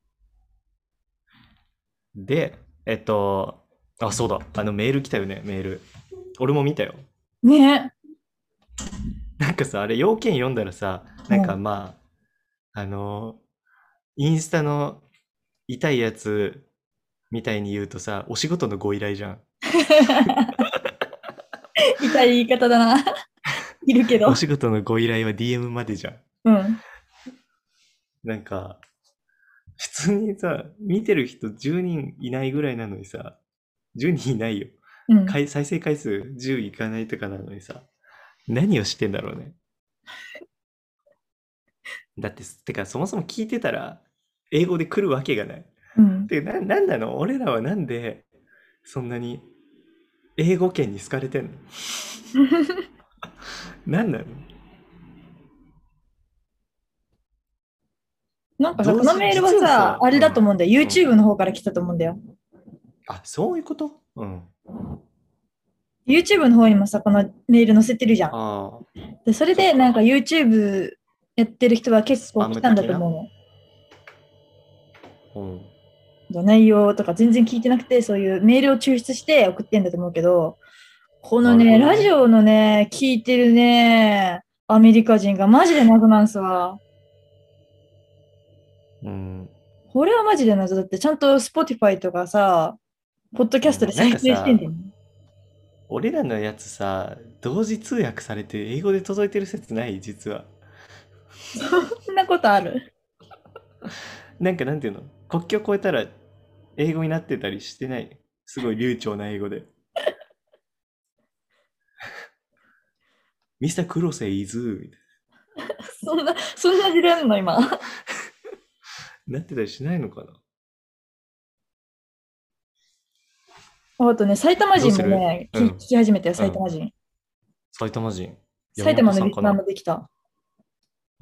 で、あ、そうだ。メール来たよね、メール。俺も見たよ。 ね。 なんかさ、あれ、要件読んだらさ、なんかうん。 まあ、インスタの痛いやつみたいに言うとさ、お仕事のご依頼じゃん。 痛い言い方だな。いるけど。 お仕事のご依頼は DM までじゃん。 うん。 なんか、普通にさ、見てる人10人いないぐらいなのにさ、10人いないよ。 うん。 再生回数10いかないとかなのにさ、何をしてんだろうね。だって、てかそもそも聞いてたら、英語で来るわけがない。 うん。 で、なんなの？俺らはなんで、そんなに英語圏に好かれてんの？なんなの？ なんかさ、このメールは実はさ、 さ、 あれうん、 だと思うんだよ。 うん。 YouTube の方から来たと思うんだよ。 あ、そういうこと？うん。 YouTube の方にもさ、このメール載せてるじゃん。 ああ、 で、それでなんか YouTube やってる人は結スパ構来たんだム的な。 と思うん。 うの。内容とか全然聞いてなくて、そういうメールを抽出して送ってんだと思うけど、このね、 なるほどね。 ラジオのね、聞いてるね、アメリカ人がマジで謎なんすわ。 うん。 これはマジで謎だって、ちゃんと Spotify とかさ、ポッドキャストでうん。なん再かさ、 生してんだよね。 俺らのやつさ、同時通訳されて英語で届いてる説ない実は。 そんなことある？ なんかなんていうの、国境越えたら英語になってたりしてない？すごい流暢な英語で。ミスタークロセイズみたいそんな時代なの今。 な。なってたりしないのかな？ あとね、埼玉人どうする？ もね、聞うん。 き始めたよ、 うん。 埼玉人。 埼玉人。山埼玉のリスナー本さんかな？ もできた。 うん。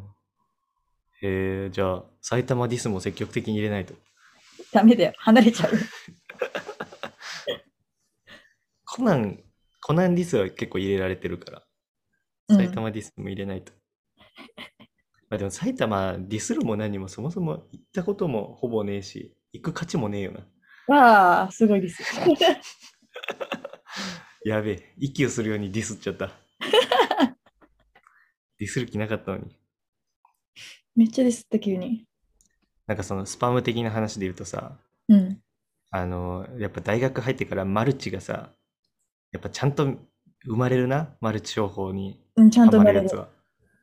へえ、じゃあ、埼玉ディスも積極的に入れないと。 ダメだよ、離れちゃうよ。 コナン、コナンディスは結構入れられてるから、埼うん。 玉ディスも入れないと。まあでも埼玉ディスるも何もそもそも行ったこともほぼねえし、行く価値もねえよな。 わあ、すごいです。 やべえ、息をするようにディスっちゃった。ディスる気なかったのに。 めっちゃですった、急に。 なんかそのスパム的な話で言うとさ、 うん。 やっぱ大学入ってからマルチがさ、やっぱちゃんと生まれるな、マルチ商法にうん、ちゃんハと生まれる。 マるやつは。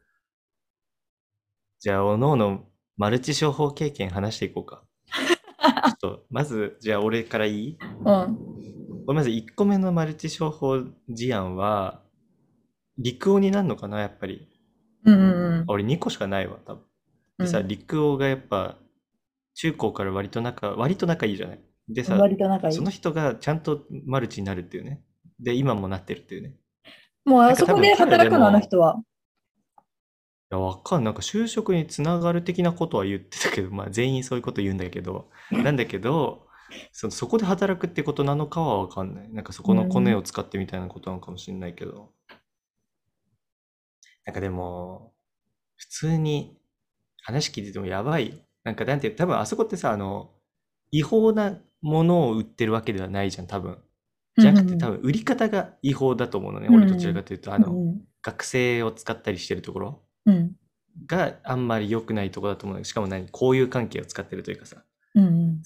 じゃあ、おのおのマルチ商法経験話していこうか。ちょっと、まず、じゃあ俺からいい？ うん。 これまず1個目のマルチ商法事案は、陸王になるのかな、やっぱり。 うんうん俺2個しかないわ、多分。でさ、 うん。 陸王がやっぱ、中高から割と仲いいじゃない。でうん。 さ、 割と仲いい。 その人がちゃんとマルチになるっていうね。で、今もなってるっていうね。 もうあそこでなんか多分彼で働くの、あのも、 人は。 いや、わかんない。なんか就職につながる的なことは言ってたけど、まあ全員そういうこと言うんだけど、なんだけど、そこで働くってことなのかはわかんない。なんかそこのコネうん。 を使ってみたいなことなのかもしれないけど。なんかでも、普通に話聞いててもやばいよ。なんかなんていう、多分あそこってさ、違法なものを売ってるわけではないじゃん、多分。 うん。 じゃなくてうん。 多分売り方が違法だと思うのね。俺どちらうん。 かというと、 うん。 学生を使ったりしてるところうん。 があんまり良くないところだと思うの。しかも交友関係を使ってるというかさ、 うん。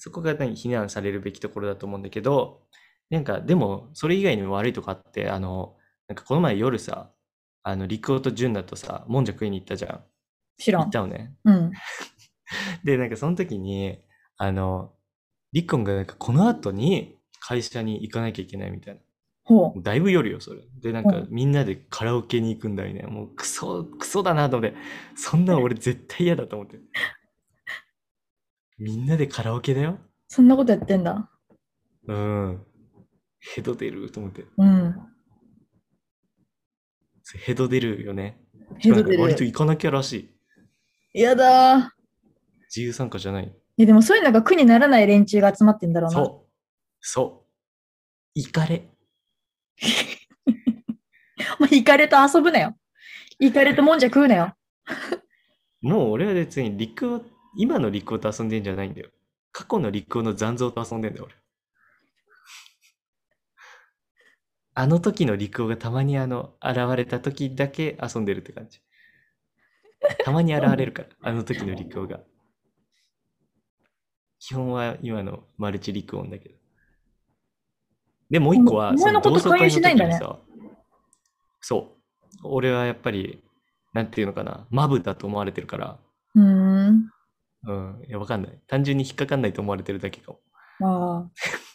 そこが非難されるべきところだと思うんだけど、なんかでもそれ以外にも悪いとこあって、なんかこの前夜さ、陸王と純だとさ、もんじゃ食いに行ったじゃん。行っ知らん。 たのね。 うん。 で、なんかその時に、あの、リッコンがなんかこの後に会社に行かなきゃいけないみたいな。 ほだいぶ夜よ、それ。で、なんう。うかん。 みんなでカラオケに行くんだよね。もうクソだなと思って、そんなの俺絶対嫌だと思って。みんなでカラオケだよ。 そんなことやってんだ。 うん。ヘド出ると思って。 うん。 ヘド出るよね。しヘかもなんか割とド出る。 行かなきゃらしい。 やだー。 自由参加じゃない。 いや、でもそういうのが苦にならない連中が集まってんだろうな。 そう。そう。行かれ。 お前、イカレと遊ぶなよ。イカレともんじゃ食うなよ。 もう俺は別に今の陸王と遊んでんじゃないんだよ。過去の陸王の残像と遊んでんだよ、俺。あの時の陸王がたまに現れた時だけ遊んでるって感じ。たまに現そうなの？ れるから、あの時の陸王が。基本は今のマルチ陸王だけど。で、もう一個は、 お前そののこと勧誘同窓会のしないんだね。 時にさ、そう。俺はやっぱり、なんていうのかな、マブだと思われてるから、 うーん。 うん、いや、わかんない。単純に引っかかんないと思われてるだけかも。 ああ。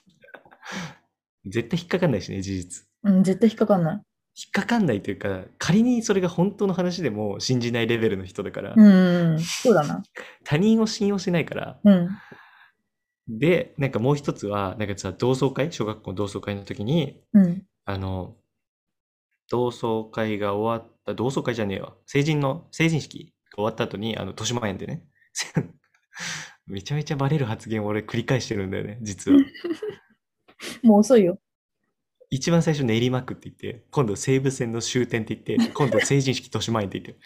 絶対引っかかんないしね、事実。 うん、絶対引っかかんない。 引っかかんないというか、仮にそれが本当の話でも信じないレベルの人だから、 うん。そうだな。 他人を信用しないから、 うん。 で、なんかもう一つは、なんかさ、小学校の同窓会の時に、 うん。 あの、同窓会じゃねえわ。成人式が終わった後に、豊島園でね、めちゃめちゃバレる発言を俺繰り返してるんだよね、実は。 もう遅いよ。 一番最初練馬区って言って、今度西武線の終点って言って、今度成人式豊島園って言って。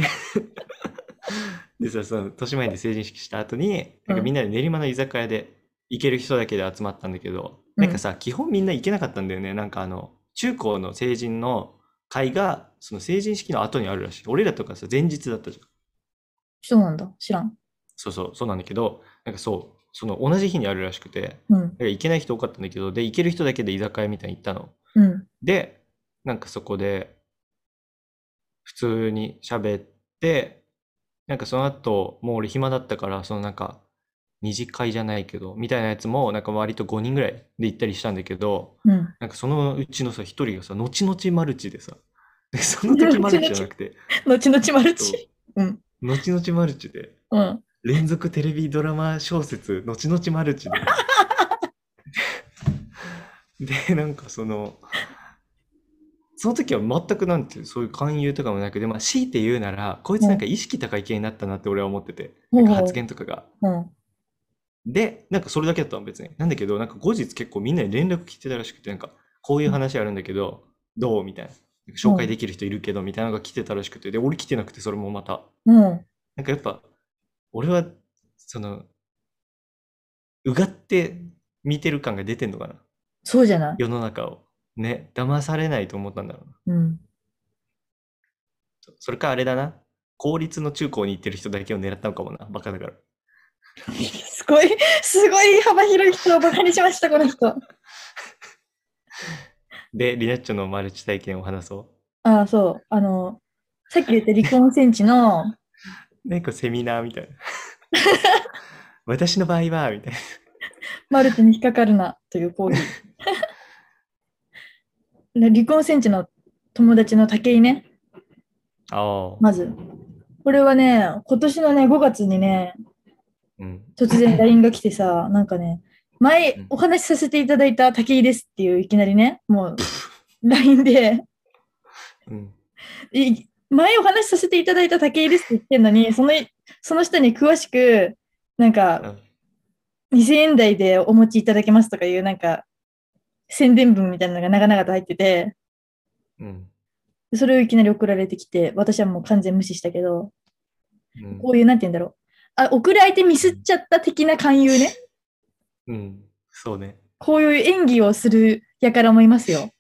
でさ、その豊島園で成人式した後に、なんかみんなで練馬の居酒屋で行ける人だけで集まったんだけど、なんかさ、基本みんな行けなかったんだよね。なんか中高の成人の会が、その成人式の後にあるらしい。俺らとかさ、前日だったじゃん。 そうなんだ。知らん。 そうなんだけど、なんかそう、その同じ日にあるらしくて、 うん。 だから行けない人多かったんだけど、で、行ける人だけで居酒屋みたいに行ったの。 うん。 で、なんかそこで、普通に喋って、なんかその後、もう俺暇だったから、そのなんか、二次会じゃないけど、みたいなやつも、なんか割と5人ぐらいで行ったりしたんだけど、 うん。 なんかそのうちのさ、一人がさ、後々マルチでさ、で、その時マルチじゃなくて、 後々マルそうチ。うん。 後々マルチで、 うん。 連続テレビドラマ小説、後々マルチで、で、なんかその時は全くなんていう、そういう勧誘とかもなくて、まあ強いて言うなら、こいつなんか意識高い系になったなって俺は思ってて、なんか発言とかが。 うん。 で、なんかそれだけだったの別に。なんだけど、なんか後日結構みんなに連絡来てたらしくて、なんかこういう話あるんだけど、どうみたいな。なんか紹介できる人いるけど、みたいなのが来てたらしくて、で、俺来てなくて、それもまた。 うん。 なんかやっぱ、俺は、その、うがって見てる感が出てんのかな。 そうじゃない。 世の中を。ね、騙されないと思ったんだろうな。 うん。 それかあれだな。公立の中高に行ってる人だけを狙ったのかもな。バカだから。 すごい、すごい幅広い人をバカにしました、この人。 で、リナッチョのマルチ体験を話そああ、そう。さっき言った離婚戦地の、 う。なんかセミナーみたいな。私の場合は、みたいな。 マルチに引っかかるな、という講義。離婚戦地の友達の武井ね。 ああ。 まず。これはね、今年のね、5月にね、 うん。 突然 LINE が来てさ、なんかね、前お話しさせていただいた武井ですっていういきなりね、もう LINE で、 うん。 前お話しさせていただいた武井ですって言ってんのに、その下に詳しく、なんか、2000円台でお持ちいただけますとかいう、なんか、宣伝文みたいなのが長々と入ってて、 うん。 それをいきなり送られてきて、私はもう完全無視したけど、 うん。 こういう、なんて言うんだろう。あ、送る相手ミスっちゃった的な勧誘ね。 うん。そうね。 こういう演技をする輩もいますよ。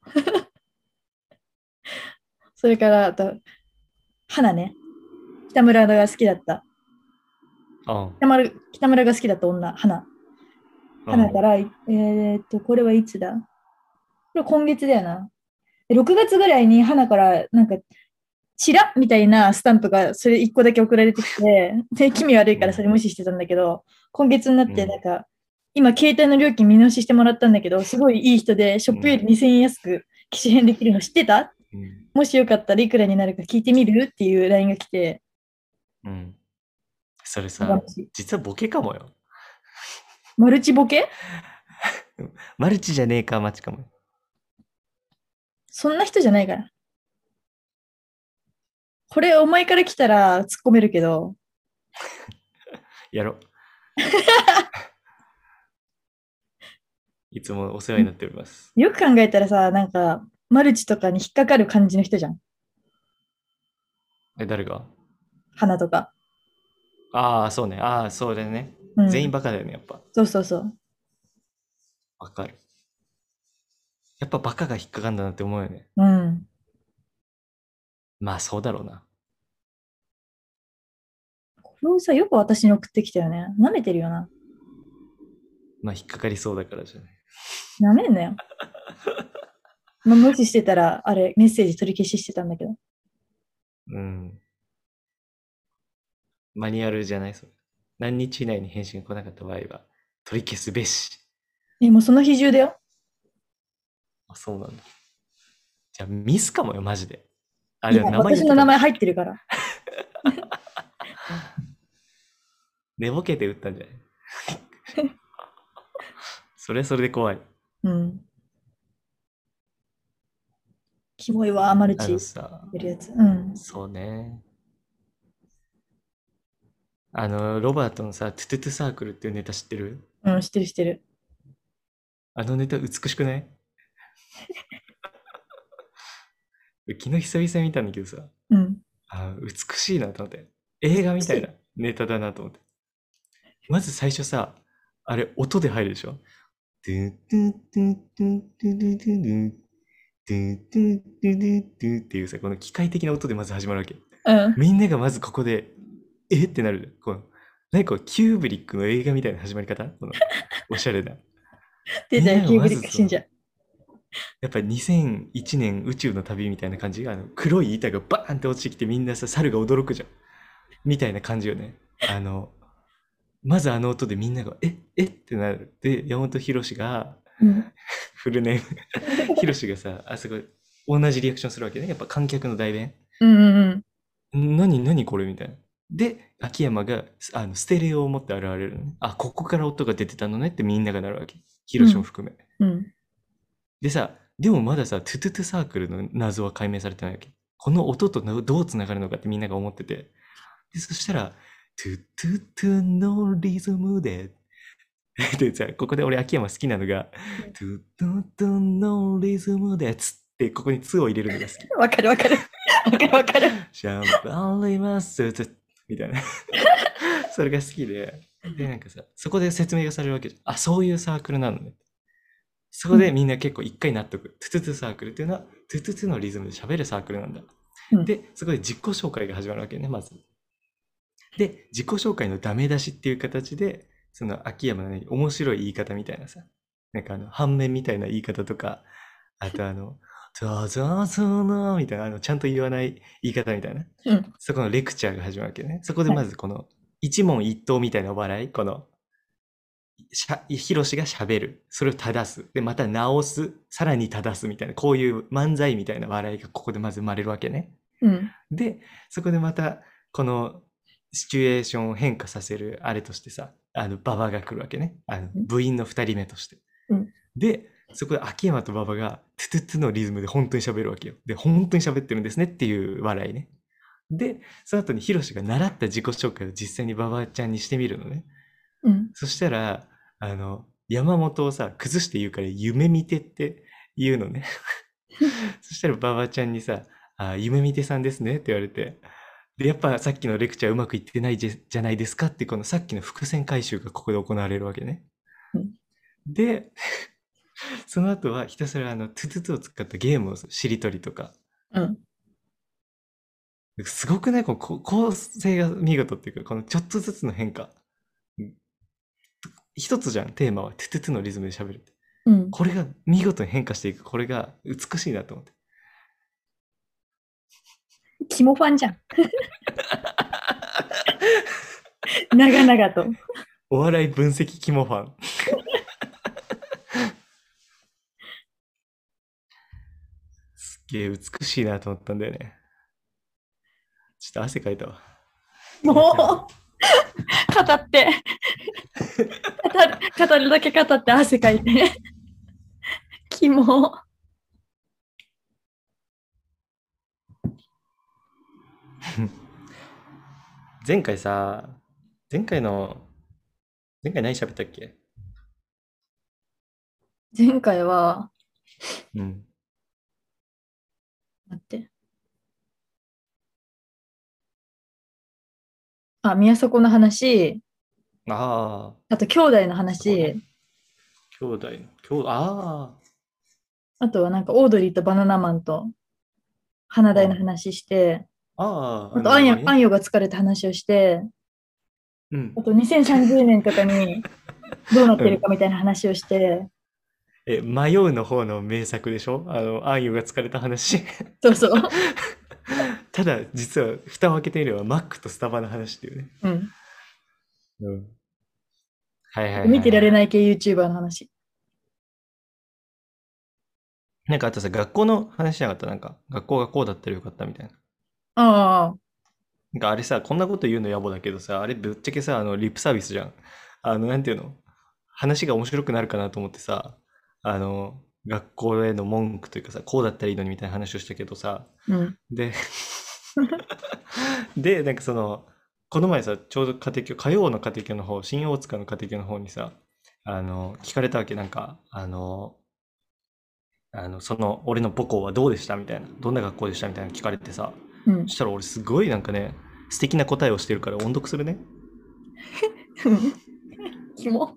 それから、あと、花ね。北村が好きだった。 あ北村が好きだった女、花。 あ。 花から、これはいつだこれ今月だよな。6月ぐらいに花から、なんか、チラッみたいなスタンプがそれ1個だけ送られてきて、で、気味悪いからそれ無視してたんだけど、今月になってなんか、今携帯の料金見直ししてもらったんだけど、すごいいい人で、ショップより2000円安く機種変できるの知ってた、もしよかったらいくらになるか聞いてみるっていう LINE が来て。 うん。それさ、実はボケかもよ。 マルチボケマルチじゃねえか、マチかも。 そんな人じゃないから。これお前から来たら突っ込めるけど。 やろ。いつもお世話になっております。 よく考えたらさ、なんか、マルチとかに引っかかる感じの人じゃん。 誰が？ 花とか。 ああ、そうね。ああ、そうだよね。 うん、 全員バカだよね、やっぱ。 そうそうそう。 わかる。やっぱバカが引っかかんだなって思うよね。 うん。 まあ、そうだろうな。 これをさ、よく私に送ってきたよね。舐めてるよな。 まあ、引っかかりそうだからじゃない。 舐めんなよ。まあ、無視してたら、あれ、メッセージ取り消ししてたんだけど。 うん。マニュアルじゃないそれ。何日以内に返信が来なかった場合は、取り消すべし。 もうその日中だよ。 あ、そうなんだ。じゃあ、ミスかもよ、マジで。あ、 いや、 でも名前言ってた私の名前入ってるから。 寝ぼけて打ったんじゃないそれで怖い。 うん。キモいわ、マルチ。 さ、 やるやつ。うん。 そうね。ロバートのさ、トゥトゥトゥサークルっていうネタ知ってる？ うん、知ってる知ってる。 あのネタ美しくない？ 昨日久々に見たんだけどさ、 うん。 美しいなと思って。映画みたいなネタだなと思って。まず最初さ、あれ音で入るでしょ。トゥントゥントゥントゥントゥントゥントゥントゥントゥントゥントゥントゥントゥンっていうさ、この機械的な音でまず始まるわけ。 うん。 みんながまずここで、えってなる。何こう、キューブリックの映画みたいな始まり方この、おしゃれな。 出たよ、 みんながキューブリまずその、 ック信者。 やっぱり2001年宇宙の旅みたいな感じ。黒い板がバーンって落ちてきてみんなさ、猿が驚くじゃん。みたいな感じよね。まずあの音でみんなが、えってなる。で、山本博が、 うん。 フルネーム、博がさ、あそこ、同じリアクションするわけね。やっぱ観客の代弁。 うんうん何これみたいな。で、秋山が、ステレオを持って現れるのね。あ、ここから音が出てたのねってみんながなるわけ。 うん。 博も含め。 うん。 でさ、でもまださ、トゥトゥトゥサークルの謎は解明されてないわけ。この音とどう繋がるのかってみんなが思ってて。で、そしたら、トゥトゥトゥのリズムで、でさ、ここで俺秋山好きなのが、トゥトゥトゥのリズムで、つって、ここにツを入れるのが好き。 わかるわかる。わかるわかる。 シャンパンリマスツみたいな。それが好きで。で、なんかさ、そこで説明がされるわけじゃん。あ、そういうサークルなのね。そこでみんな結構一回納得。トゥトゥトゥサークルっていうのは、トゥトゥトゥのリズムで喋るサークルなんだ。 うん。 で、そこで自己紹介が始まるわけね、まず。で、自己紹介のダメ出しっていう形で、その秋山のね、面白い言い方みたいなさ、なんか反面みたいな言い方とか、あとゾゾゾのみたいな、ちゃんと言わない言い方みたいな。 うん。 そこのレクチャーが始まるわけね。そこではい。 まずこの一問一答みたいな笑い、この、ヒロシが喋る。それを正す。で、また直す。さらに正すみたいな、こういう漫才みたいな笑いがここでまず生まれるわけね。 うん。 で、そこでまた、このシチュエーションを変化させるあれとしてさ、馬場が来るわけね。部員の二人目として。 うん。 で、そこで秋山と馬場が、トゥトゥトゥのリズムで本当に喋るわけよ。で、本当に喋ってるんですねっていう笑いね。で、その後にヒロシが習った自己紹介を実際に馬場ちゃんにしてみるのね。 うん。 そしたら、山本をさ、崩して言うから夢見てって言うのね。そしたら馬場ちゃんにさ、夢見てさんですねって言われて、で、やっぱさっきのレクチャーうまくいってないじゃないですかって、このさっきの伏線回収がここで行われるわけね。 うん。 で、その後はひたすらトゥトゥトゥを使ったゲームをしりとりとか、 うん。 すごくないこの構成が見事っていうか、このちょっとずつの変化。一つじゃん、テーマは。トゥトゥトゥのリズムで喋るって。 うん。 これが見事に変化していく。これが美しいなと思って。 キモファンじゃん。長々と。 お笑い分析肝ファン。すっげえ美しいなと思ったんだよね。ちょっと汗かいたわ。 もう、語って。語るだけ語って汗かいて。キモ。 前回さ、前回の、前回何喋ったっけ？ 前回は、 うん。 待って。宮迫の話、 ああ、 あと兄弟のそこね。 話、 ああとはなんかオードリーとバナナマンと花大のあ、 話して、 ああ、 あと番組ね。 あんよが疲れた話をして、 うん。 あと2030年とかにどうなっうん。 てるかみたいな話をして、 迷うの方の名作でしょ？あんゆが疲れた話。 そうそう。 ただ、実は、蓋を開けてみれば、マックとスタバの話っていうね。 うん。 うん。はいはい見てらはいはい。 れない系 YouTuber の話。 なんかあとさ、学校の話しなかった？なんか、学校がこうだったらよかったみたいな。 ああ、 なんかあれさ、こんなこと言うの野暮だけどさ、あれぶっちゃけさ、リップサービスじゃん。なんていうの？話が面白くなるかなと思ってさ、学校への文句というかさ、こうだったらいいのにみたいな話をしたけどさ、 うん。 で、で、なんかこの前さ、ちょうど家庭教、火曜の家庭教の方、新大塚の家庭教の方にさ、聞かれたわけ、なんか、 その俺の母校はどうでしたみたいな、どんな学校でしたみたいなの聞かれてさ、そしたら俺すごいなんかね、素敵な答えをしてるから音読するね。 キモ。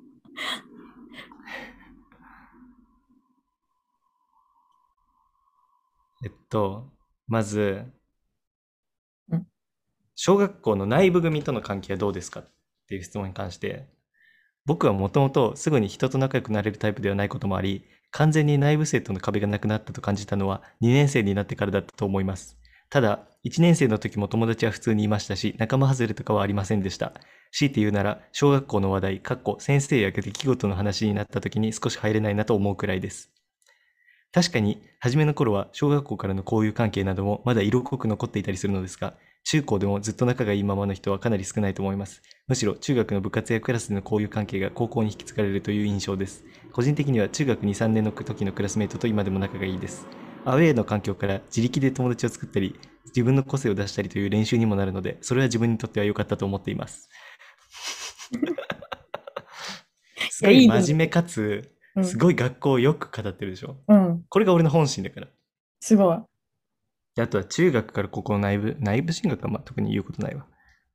まず、小学校の内部組との関係はどうですかっていう質問に関して、僕はもともとすぐに人と仲良くなれるタイプではないこともあり、完全に内部生との壁がなくなったと感じたのは2年生になってからだったと思います。ただ、1年生の時も友達は普通にいましたし、仲間外れとかはありませんでした。強いて言うなら、小学校の話題、先生や出来事の話になった時に少し入れないなと思うくらいです。確かに、初めの頃は小学校からの交友関係などもまだ色濃く残っていたりするのですが、中高でもずっと仲がいいままの人はかなり少ないと思います。むしろ中学の部活やクラスでの交友関係が高校に引き継がれるという印象です。個人的には中学2、3年の時のクラスメイトと今でも仲がいいです。アウェイの環境から自力で友達を作ったり、自分の個性を出したりという練習にもなるので、それは自分にとっては良かったと思っています。すごい真面目かつ、すごい学校をよく語ってるでしょ。これが俺の本心だから。 すごい。 あとは中学から高校の内部進学はまあ特に言うことないわ。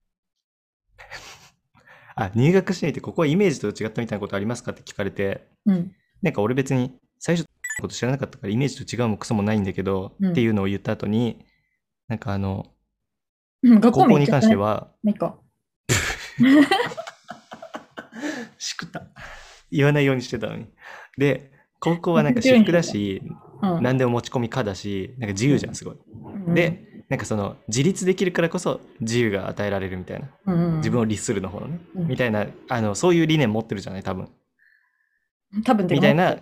入学してみてここはイメージと違ったみたいなことありますかって聞かれて、なんか俺別に最初のこと知らなかったからイメージと違うもクソもないんだけど、っていうのを言った後に、なんか高校に関しては、しくった。言わないようにしてたのに。で、高校はなんか私服だし、何でも持ち込み可だし、なんか自由じゃん、すごい。で、なんかその自立できるからこそ自由が与えられるみたいな。自分を律するの方のね。みたいな、そういう理念持ってるじゃない、多分。みたいな、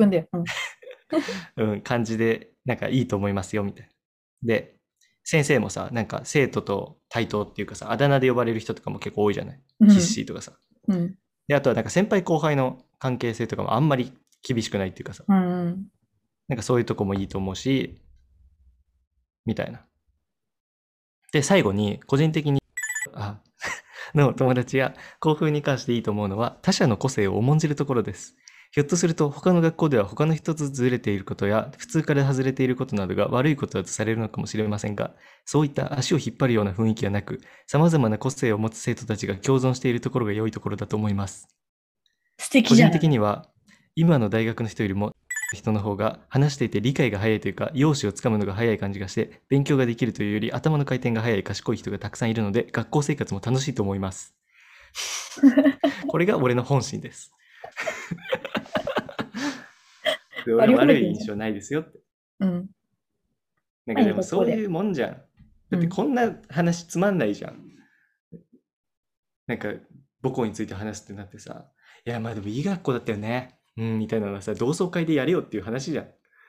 感じで、なんかいいと思いますよ、みたいな。で、先生もさ、なんか生徒と対等っていうかさ、あだ名で呼ばれる人とかも結構多いじゃない。キッシーとかさ。で、あとはなんか先輩後輩の関係性とかもあんまり厳しくないっていうかさ。なんかそういうとこもいいと思うし、みたいな。で、最後に個人的にの友達や校風に関していいと思うのは他者の個性を重んじるところです。ひょっとすると他の学校では他の人とずれていることや普通から外れていることなどが悪いことだとされるのかもしれませんが、そういった足を引っ張るような雰囲気はなく、様々な個性を持つ生徒たちが共存しているところが良いところだと思います。 素敵じゃん。 個人的には今の大学の人よりも人の方が話していて理解が早いというか、容姿をつかむのが早い感じがして、勉強ができるというより頭の回転が早い賢い人がたくさんいるので、学校生活も楽しいと思います。これが俺の本心です。俺悪い印象ないですよって。なんかでもそういうもんじゃん。だってこんな話つまんないじゃん。なんか母校について話すってなってさ、いやまあでもいい学校だったよね。みたいなのはさ、同窓会でやれよっていう話じゃん。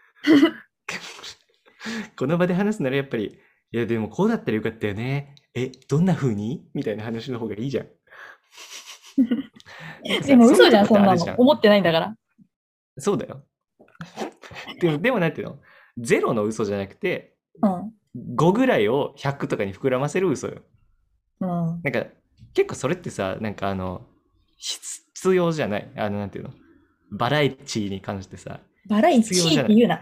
この場で話すならやっぱり、いやでもこうだったらよかったよね。どんな風にみたいな話の方がいいじゃん。 でも嘘じゃん、そんなの。思ってないんだから。 そうだよ。でもなんていうの、ゼロの嘘じゃなくて、5ぐらいを100とかに膨らませる嘘よ。なんか結構それってさ、なんか必要じゃない。なんていうの、バラエティに関してさ。 バラエティって言うな。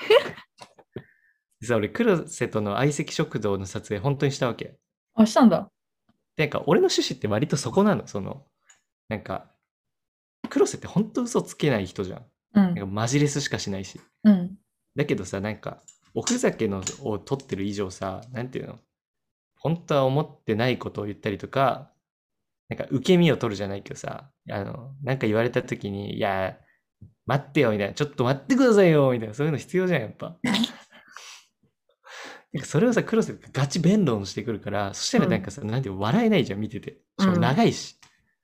実は俺、黒瀬との相席食堂の撮影本当にしたわけ。 したんだ。 なんか俺の趣旨って割とそこなの。なんか、黒瀬って本当嘘つけない人じゃん。なんかマジレスしかしないし。だけどさ、なんか、おふざけのを取ってる以上さ、なんていうの、本当は思ってないことを言ったりとか、なんか受け身を取るじゃないけどさ、なんか言われた時に、いや、待ってよみたいな、ちょっと待ってくださいよみたいな、そういうの必要じゃん、やっぱ。なんかそれをさ、黒瀬がガチ弁論してくるから、そしたらなんかさ、なんて笑えないじゃん、見てて。しかも長いし。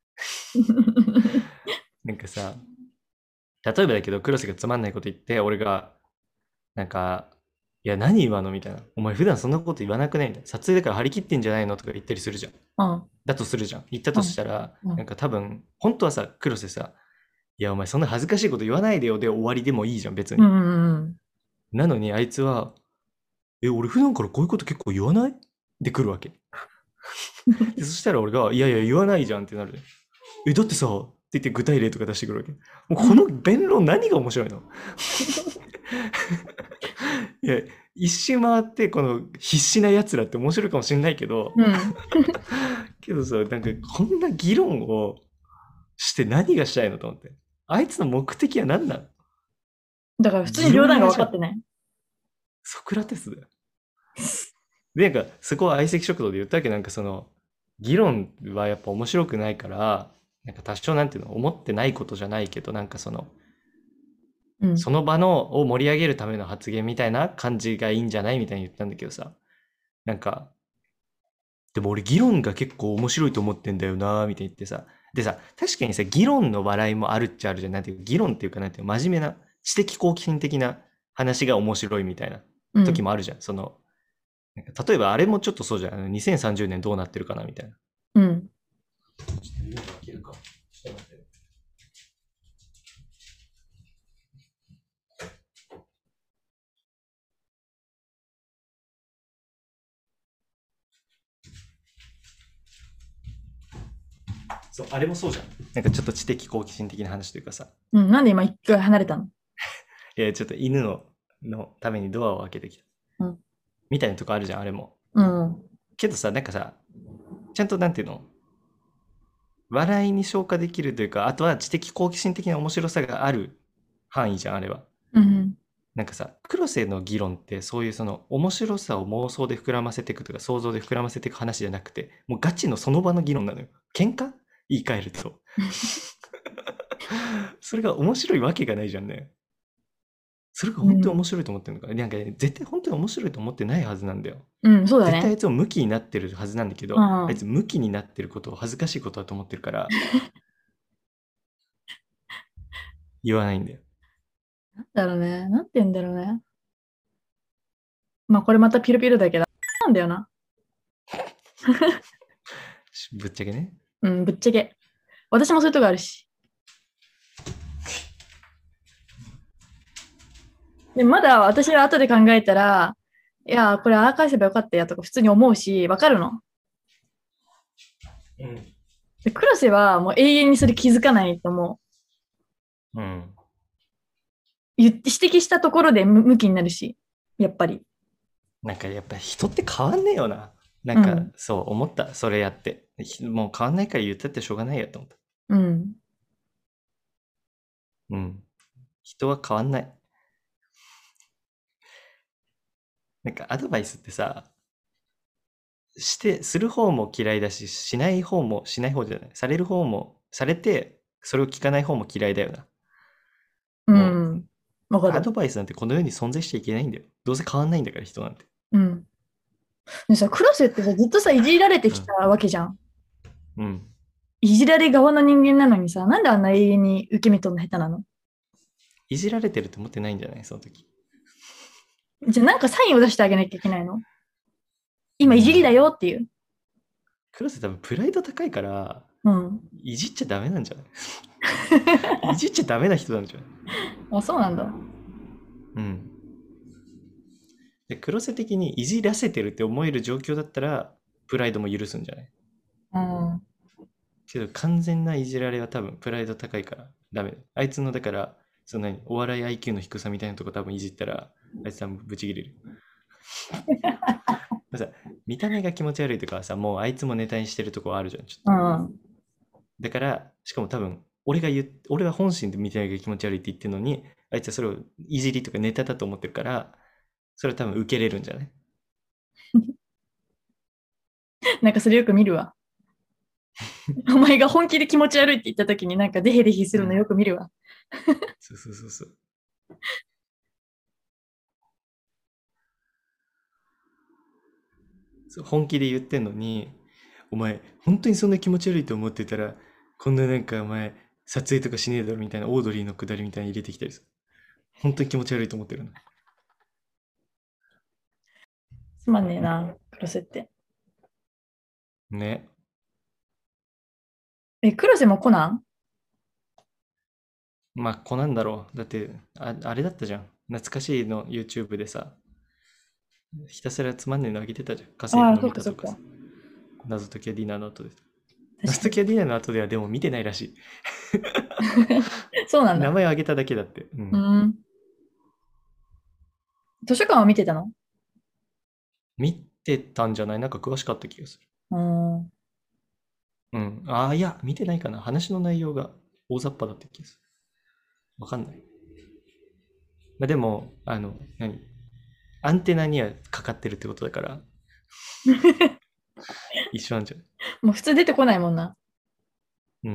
なんかさ、例えばだけど、黒瀬がつまんないこと言って、俺が、なんか、いや、何今のみたいな。お前普段そんなこと言わなくないみたいな。撮影だから張り切ってんじゃないのとか言ったりするじゃん。だとするじゃん。言ったとしたら、なんか多分、本当はさ、黒瀬さ、いや、お前そんな恥ずかしいこと言わないでよで終わりでもいいじゃん、別に。なのに、あいつは、俺普段からこういうこと結構言わないで来るわけ。でそしたら俺が、いやいや言わないじゃんってなる。だってさ、って言って具体例とか出してくるわけ。もうこの弁論何が面白いのいや、一周回って、この必死な奴らって面白いかもしれないけど、 うん。 けどさ、なんかこんな議論をして何がしたいのと思って。あいつの目的は何なの？ だから普通に議冗談が論屋じゃん。 分かってない。 ソクラテスだよ。で、なんか、そこは相席食堂で言ったわけ、なんかその、議論はやっぱ面白くないから、なんか多少なんていうの、思ってないことじゃないけど、なんかその、 うん。 その場のを盛り上げるための発言みたいな感じがいいんじゃないみたいに言ったんだけどさ、なんか、でも俺議論が結構面白いと思ってんだよなみたいに言ってさ、でさ、確かにさ、議論の笑いもあるっちゃあるじゃん。なんていうか議論っていうかなんていうの真面目な、知的好奇心的な話が面白いみたいなうん。 時もあるじゃん。その、なんか例えばあれもちょっとそうじゃん。2030年どうなってるかなみたいな。 うん。 そう、あれもそうじゃん。なんかちょっと知的好奇心的な話というかさ、 うん。なんで今一回離れたの？ いや、ちょっと犬のためにドアを開けてきた。 うん。 みたいなとこあるじゃん、あれも。 うん。 けどさ、なんかさ、ちゃんとなんていうの笑いに消化できるというか、あとは知的好奇心的な面白さがある範囲じゃん、あれは。 うん。 なんかさ、黒瀬の議論ってそういうその面白さを妄想で膨らませていくとか想像で膨らませていく話じゃなくて、もうガチのその場の議論なのよ。喧嘩言い換えると。それが面白いわけがないじゃんね。それが本当に面白いと思ってるのか。なんかね、絶対本当に面白いと思ってないはずなんだよ。 うん。そうだ絶対あね。 いつもムキになってるはずなんだけど、あいうん。 つムキになってることを恥ずかしいことだと思ってるから言わないんだよ。 なんだろうね。なんて言うんだろうね。まあこれまたピルピルだけど、なんだよな。 ぶっちゃけね。 うん、ぶっちゃけ。私もそういうとこあるし。で、まだ私は後で考えたら、いや、これああ返せばよかったやとか普通に思うし、わかるの。 うん。 で、黒瀬はもう永遠にそれ気づかないと思うん。 う。指摘したところで向きになるし、やっぱり。 なんかやっぱ人って変わんねえよな。なんかうん。 そう思った。それやって。もう変わんないから言ったってしょうがないやと思った。 うん。 うん。人は変わんない。なんかアドバイスってさ、する方も嫌いだし、しない方じゃない。される方も、されて、それを聞かない方も嫌いだよな。 うもう、 ん。わかる。 アドバイスなんてこの世に存在しちゃいけないんだよ。どうせ変わんないんだから人なんて。 うん。でさ、黒瀬ってさ、ずっとさ、いじられてうん。 きたわけじゃん。 うん。 いじられ側の人間なのにさ、なんであんな永遠に受け身取るの下手なの？ いじられてるって思ってないんじゃないその時。 じゃあなんかサインを出してあげなきゃいけないの？今いじりだうん。 よっていう。 黒瀬多分プライド高いから、 うん。 いじっちゃダメなんじゃない？いじっちゃダメな人なんじゃない？ あ、そうなんだ。 うん。で、黒瀬的にいじらせてるって思える状況だったら、プライドも許すんじゃない？ うん。 けど完全ないじられは多分プライド高いからダメ。あいつのだから、その何、お笑い IQ の低さみたいなとこ多分いじったら、あいつ多分ブチギレる。さ、見た目が気持ち悪いとかはさ、もうあいつもネタにしてるとこあるじゃん、ちょっと。 うん。 だから、しかも多分、俺は本心で見た目が気持ち悪いって言ってるのに、あいつはそれをいじりとかネタだと思ってるから、それは多分受けれるんじゃない？ なんかそれよく見るわ。お前が本気で気持ち悪いって言った時になんかデヘデヘするのようん。 く見るわ。 そうそうそうそう。そう本気で言ってんのに、お前、本当にそんな気持ち悪いと思ってたら、こんななんかお前、撮影とかしねえだろみたいな、オードリーのくだりみたいに入れてきたりする。本当に気持ち悪いと思ってるの。 すまんねえな、黒瀬って。 ね。 え、黒瀬もコナン？ まあ、子なんだろう。だって、あれだったじゃん。懐かしいの YouTube でさ、ひたすらつまんねえのあげてたじゃん。家政ああ、 婦のそっかそっか。 見たとかさ。謎解きはディナーの後で。 確かに。 謎解きはディナーの後ではでも見てないらしい。 そうなんだ。 名前をあげただけだって。ううん。 ん。 図書館は見てたの？ 見てたんじゃない？なんか詳しかった気がする。 うん。 うん。ああ、いや、見てないかな。話の内容が大雑把だった気がする。わかんない。まあ、でも、アンテナにはかかってるってことだから、一緒なんじゃない？ もう普通出てこないもんな。 うん。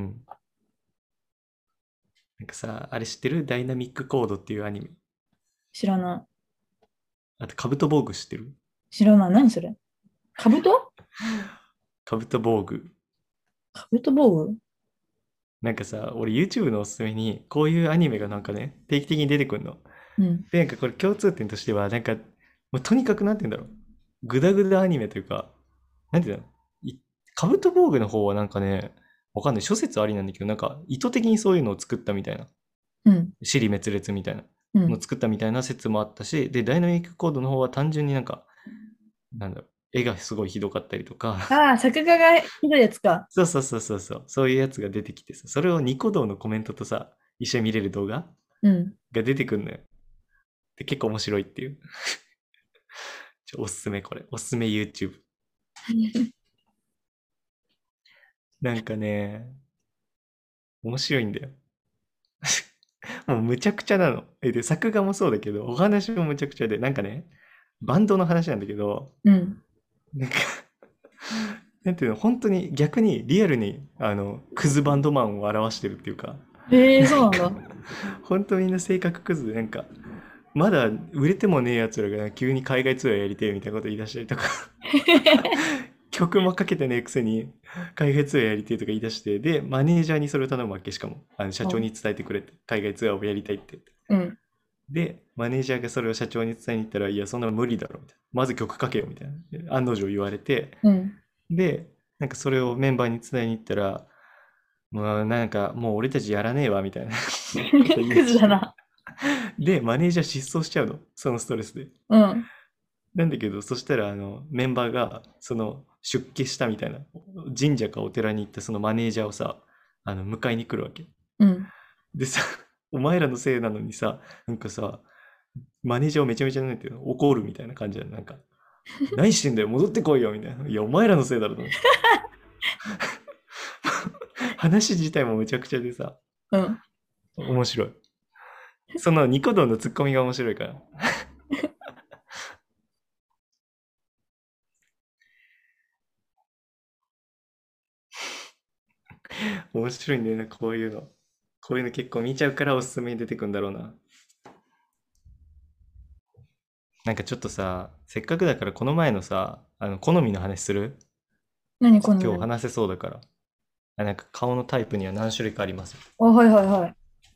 なんかさ、あれ知ってる？ダイナミックコードっていうアニメ。 知らない。 あと、カブトボーグ知ってる？ 知らない。何それ？カブト？ カブトボーグ。 カブトボーグ？ なんかさ、俺 YouTube のおすすめに、こういうアニメがなんかね、定期的に出てくるの。 うん。 で、なんかこれ共通点としては、なんか、もうとにかくなんて言うんだろう。グダグダアニメというか、なんて言うんだろう。カブトボーグの方はなんかね、わかんない。諸説ありなんだけど、なんか意図的にそういうのを作ったみたいな。 うん。 尻滅裂みたいなうん。 のを作ったみたいな説もあったし、で、ダイナミックコードの方は単純になんか、なんだろう。絵がすごいひどかったりとか、 ああ、作画がひどいやつか。 そうそうそうそうそう、そういうやつが出てきてさ、それをニコ動のコメントとさ、一緒に見れる動画うん。 が出てくるのよ。で、結構面白いっていう。おすすめこれ。おすすめ YouTube。なんかね、面白いんだよ。もうむちゃくちゃなの。で、作画もそうだけど、お話もむちゃくちゃで、なんかね、バンドの話なんだけど、 うん。 なんかなんていうの、本当に逆にリアルに、クズバンドマンを表してるっていうか、 ええ、 なんか、 そうなんだ。 本当みんな性格クズで、なんか、まだ売れてもねえ奴らが急に海外ツアーやりてえみたいなこと言い出したりとか、曲もかけてねえくせに海外ツアーやりてえとか言い出して、で、マネージャーにそれを頼むわけ。しかも、社長に伝えてくれて、海外ツアーをやりたいって。 うん。 で、マネージャーがそれを社長に伝えに行ったら、いや、そんなの無理だろ、みたいな。まず曲かけよ、みたいな。案の定言われて、 うん。 で、なんかそれをメンバーに伝えに行ったら、もうなんか、もう俺たちやらねえわ、みたいなこと言いク出して。 ズだな。 で、マネージャー失踪しちゃうの。そのストレスで。 うん。 なんだけど、そしたら、メンバーが、出家したみたいな、神社かお寺に行ったそのマネージャーをさ、迎えに来るわけ。 うん。 でさ、お前らのせいなのにさ、なんかさ、マネージャーをめちゃめちゃなんていうの、怒るみたいな感じで、なんか、何してんだよ、戻ってこいよ、みたいな。いや、お前らのせいだろ、と思って。話自体もめちゃくちゃでさ、 うん。 面白い。そのニコ動のツッコミが面白いから。面白いんだよな、こういうの。こういうの結構見ちゃうからおすすめに出てくんだろうな。なんかちょっとさ、せっかくだからこの前のさ、好みの話する？ 何こんなの？ 今日話せそうだから。なんか顔のタイプには何種類かあります。 あ、はいはいはい。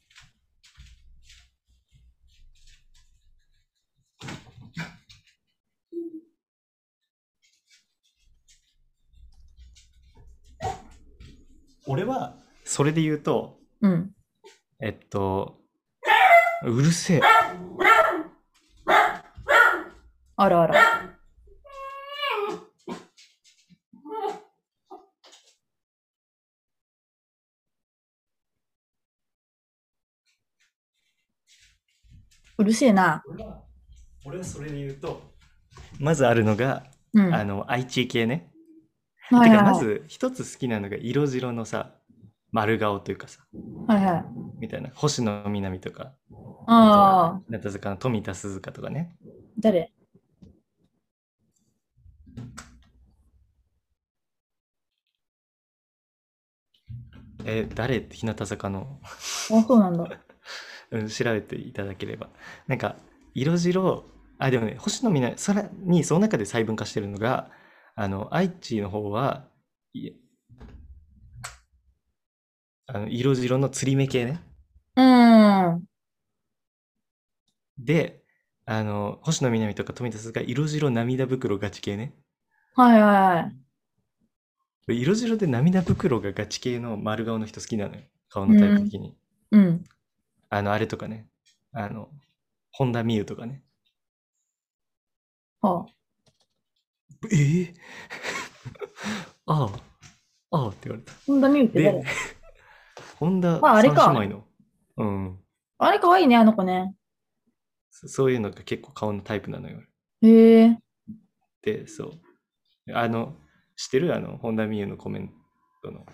俺は、それで言うと、 うん。 えっと、うるせえ。 あらあら。うるせえな。 俺はそれで言うと、まずあるのが、 うん。 愛知系ね。てか、まはいはいはい。 ず一つ好きなのが色白のさ、丸顔というかさ、 はいはい。 みたいな。星野みなみとか、あと、 ああ、 日向坂の富田鈴香とかね。 誰？ 誰って日向坂のあ、そうなんだ。 うん、調べていただければ。なんか、色白、あ、でもね、星野みなみ、さらにその中で細分化してるのが、愛知の方は、い色白の釣り目系ね。 うーん。 で、星野みなみとか富田鈴が色白涙袋ガチ系ね。 はいはいはい。 色白で涙袋がガチ系の丸顔の人好きなのよ。顔のタイうん。 プ的に。 うん。 あれとかね。あの、本田望結とかね。 はあ。 えー、ああ、ああって言われた。 本田望結ってで、 誰？ 本田まあ、あれ三姉か。 妹の、うん。 あれかわいいね、あの子ね。 そういうのが結構顔のタイプなのよ。 へえ。 で、そう。知ってる本田望結のコメントの。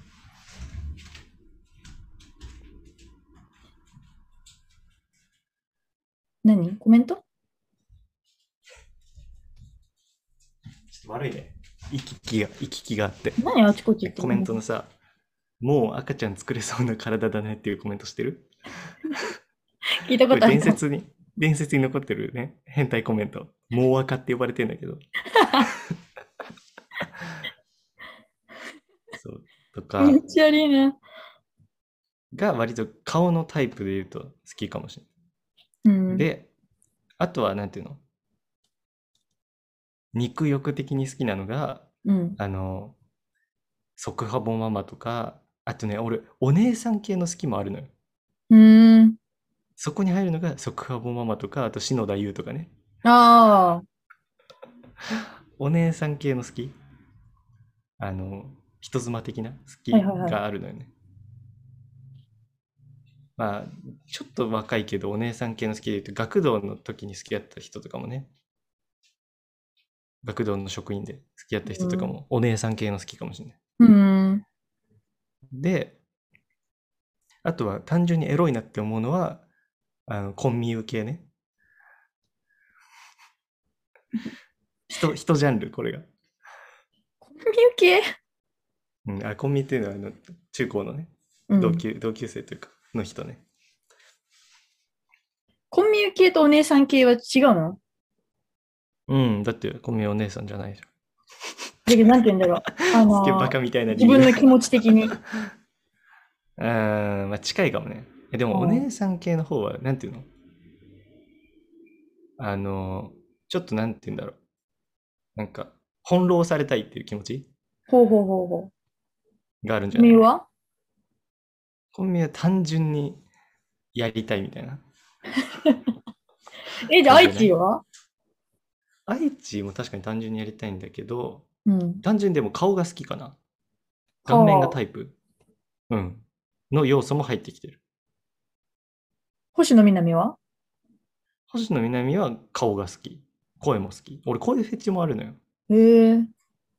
何コメント？ちょっと悪いね。行き来があって。 何あちこち言ってコるメントのさ、もう赤ちゃん作れそうな体だねっていうコメントしてる？ 聞いたこれことあるかも。 伝説に残ってるね、変態コメント。もう赤って呼ばれてんだけど。そう。とかめっちゃ悪いな。 が割と顔のタイプで言うと好きかもしれない。 うん。 で、あとはなんていうの、肉欲的に好きなのが、 うん。 あの、即ハボママとか、あとね、俺、お姉さん系の好きもあるのよ。 うーん。 そこに入るのが即ハボママとか、あと篠田優とかね。 ああ。 お姉さん系の好き、人妻的な好きはいはいはい。 があるのよね。まあ、ちょっと若いけど、お姉さん系の好きで言うと、学童の時に好きだった人とかもね、学童の職員で好きだった人とかうん。 も、お姉さん系の好きかもしれない。 うん。 で、あとは単純にエロいなって思うのは、コンミュー系ね。人ジャンル、これが。 コンビニ系？ うん、コンミっていうのは、中高のね、 うん。 同級生というか、の人ね。 コンビニ系とお姉さん系は違うの？ うん、だってコンミお姉さんじゃないじだけど、なんて言うんだろう。 ゃん。すげえバカみたいな理由。 自分の気持ち的に。 まあ近いかもね。でもお姉さん系の方は、なんていうの、あの、ちょっとなんて言うんだろう。なんか、翻弄されたいっていう気持ちほうほうほうほがあるんじう。 ゃない？ 君は？ コンビは単純にやりたいみたいなえ、じゃあ、愛感じじゃない？ 知は？ 愛知も確かに単純にやりたいんだけど、 うん。 単純にでも顔が好きかな。顔面がタはあ。 イプ、うん、の要素も入ってきてる。 星野みなみは？ 星野みなみは顔が好き。声も好き。俺声フェチもあるのよ。 へえ。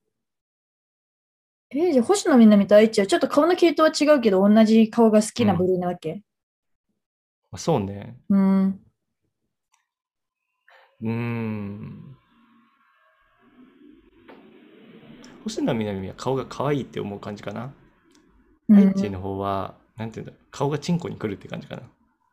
じゃあ、星野みなみと愛知はちょっと顔の系統は違うけど、同じ顔が好きな部うん。 類なわけ？ そうね。 うん。 うーん。星野みなみは顔が可愛いって思う感じかな。 うん。 愛知の方は、なんていうんだろう。顔がチンコに来るって感じかな。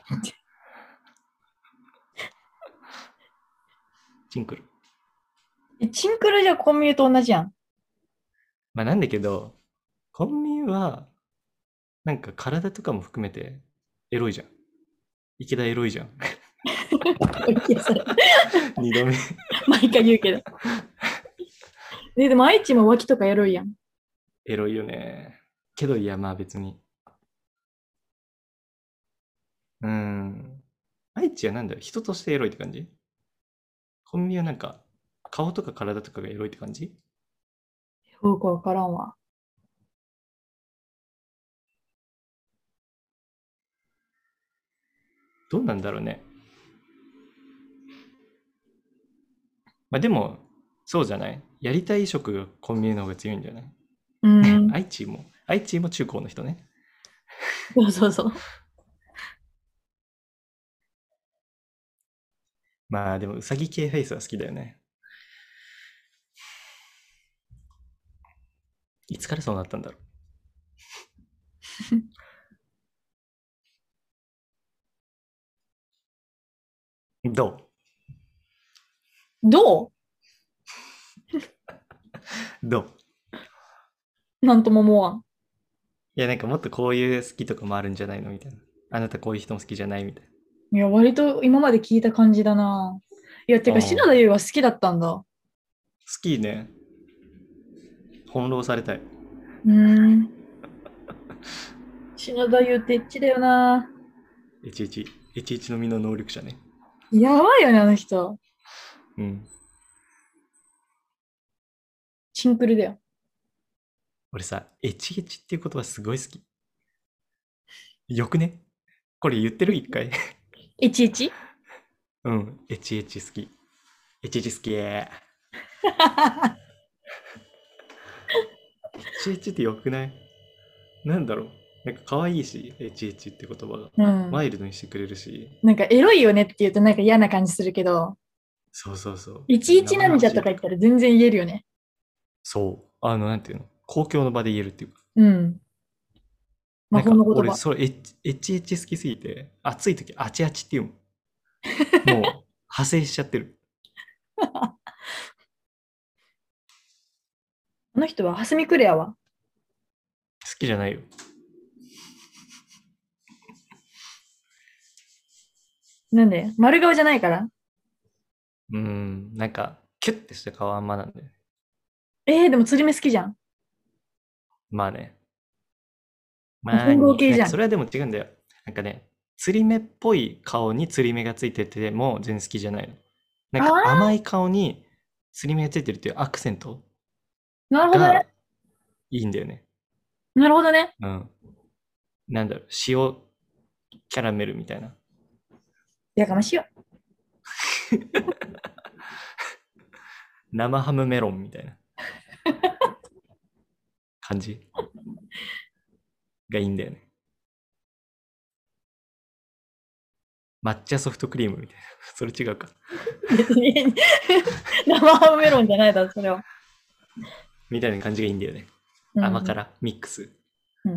チンクル。 チンクルじゃコンビニと同じやん。 まあなんだけど、コンビニは、なんか体とかも含めてエロいじゃん。池田エロいじゃん。 いや、それ、 二度目。 毎回言うけど。でも愛知も脇とかやるやん。 エロいよね。けどいや、まあ別に。うーん。愛知はなんだろう、人としてエロいって感じ？コンビニはなんか、顔とか体とかがエロいって感じ？ よくわからんわ。 どうなんだろうね。まあでも、そうじゃない？やりたい色がコンビニの方が強いんじゃない？ うん。 愛知も中高の人ね。 そうそうそう。 まあでも、うさぎ系フェイスは好きだよね。いつからそうなったんだろう。 どどううなんとも思わん。 いや、なんかもっとこういう好きとかもあるんじゃないのみたいな。あなたこういう人も好きじゃないみたいいや、割と今まで聞いた感じだな。いや、てな。あか、篠あ、好田優は好きだったんだ。 きね。翻弄されたい。 うーん。篠田優ってエッチだよな。 11の実の能力者ね。 やばいよね、あの人。 うん。 シンクルだよ。 俺さ、エチエチっていう言葉すごい好き。よくね？これ言ってる一回。 11？ うん、エチエチ好き。エチエチ好きエチエチってよくない？なんだろう。なんか可愛いし、エチエチって言葉が。 うん。 マイルドにしてくれるし。 なんかエロいよねって言うとなんか嫌な感じするけど、 そうそうそう。 いちいち生なんじゃとか言っ 々しいっていうか。 たら全然言えるよね。 そう。なんていうの、公共の場で言えるっていうか。 うん。魔なんか、 法の言葉。 俺、それエチエチ好きすぎて、暑い時、あちあちっていうもん。もう、派生しちゃってる。 あの人はハスミクレアは好きじゃないよ。 なんで丸顔じゃないからなんか、キュッてした顔あんまなんで。 でも釣り目好きじゃん。 まあね。まあ混合に、 系じゃん。 なんかそれはでも違うんだよ。なんかね、釣り目っぽい顔に釣り目がついてても全然好きじゃないの。なんああ、 か甘い顔に釣り目がついてるっていうアクセントなるほどね。 がいいんだよね。 なるほどね。 うん。なんだろう、塩キャラメルみたいな。 やかましいよ。 生ハムメロンみたいな感じがいいんだよね。抹茶ソフトクリームみたいな。それ違うか。 別に生ハムメロンじゃないだろ、それは。 みたいな感じがいいんだよね。 うん。 甘辛ミックス。 うん。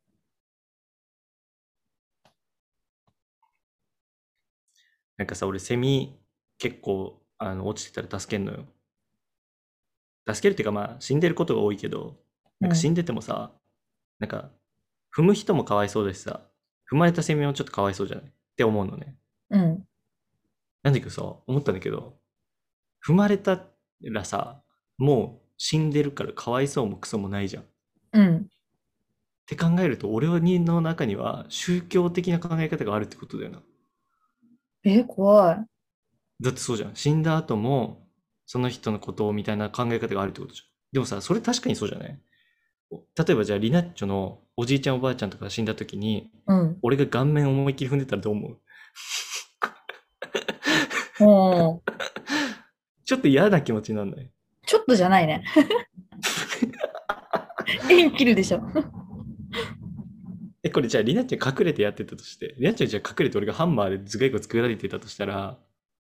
なんかさ、俺セミ結構落ちてたら助けんのよ。助けるっていうかまあ死んでることが多いけど、 うん。 なんか死んでてもさ、なんか踏む人もかわいそうだしさ、踏まれたセミもちょっとかわいそうじゃないって思うのね。 うん。 なんだけどさ、思ったんだけど、踏まれたらさ、もう死んでるからかわいそうもクソもないじゃん。っうん。 て考えると、俺の中には宗教的な考え方があるってことだよな。 怖い。 だってそうじゃん。死んだ後も、その人のことをみたいな考え方があるってことじゃん。でもさ、それ確かにそうじゃない？例えばじゃあ、リナッチョのおじいちゃんおばあちゃんとか死んだ時に、 うん。 俺が顔面思いっきり踏んでたらどう思う？ おー、 ちょっと嫌な気持ちになんない？ ちょっとじゃないね。縁切るでしょ。 え、これじゃあ、リナッチョ隠れてやってたとして、リナッチョじゃあ隠れて俺がハンマーで頭蓋骨作られてたとしたら、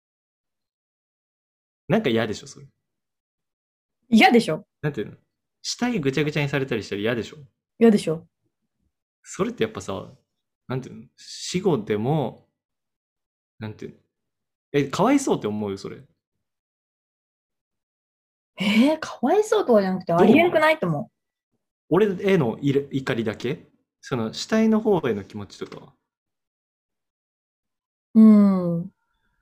なんか嫌でしょ、それ。 嫌でしょ。 なんていうの？死体ぐちゃぐちゃにされたりしたら嫌でしょ？ 嫌でしょ。 それってやっぱさ、なんていうの？死後でも、なんていうの？かわいそうって思うよ、それ。 かわいそうとかじゃなくてあどう思う？ りえんくないと思俺への怒りだけ？その死体の方への気持ちとかは？ う。うん。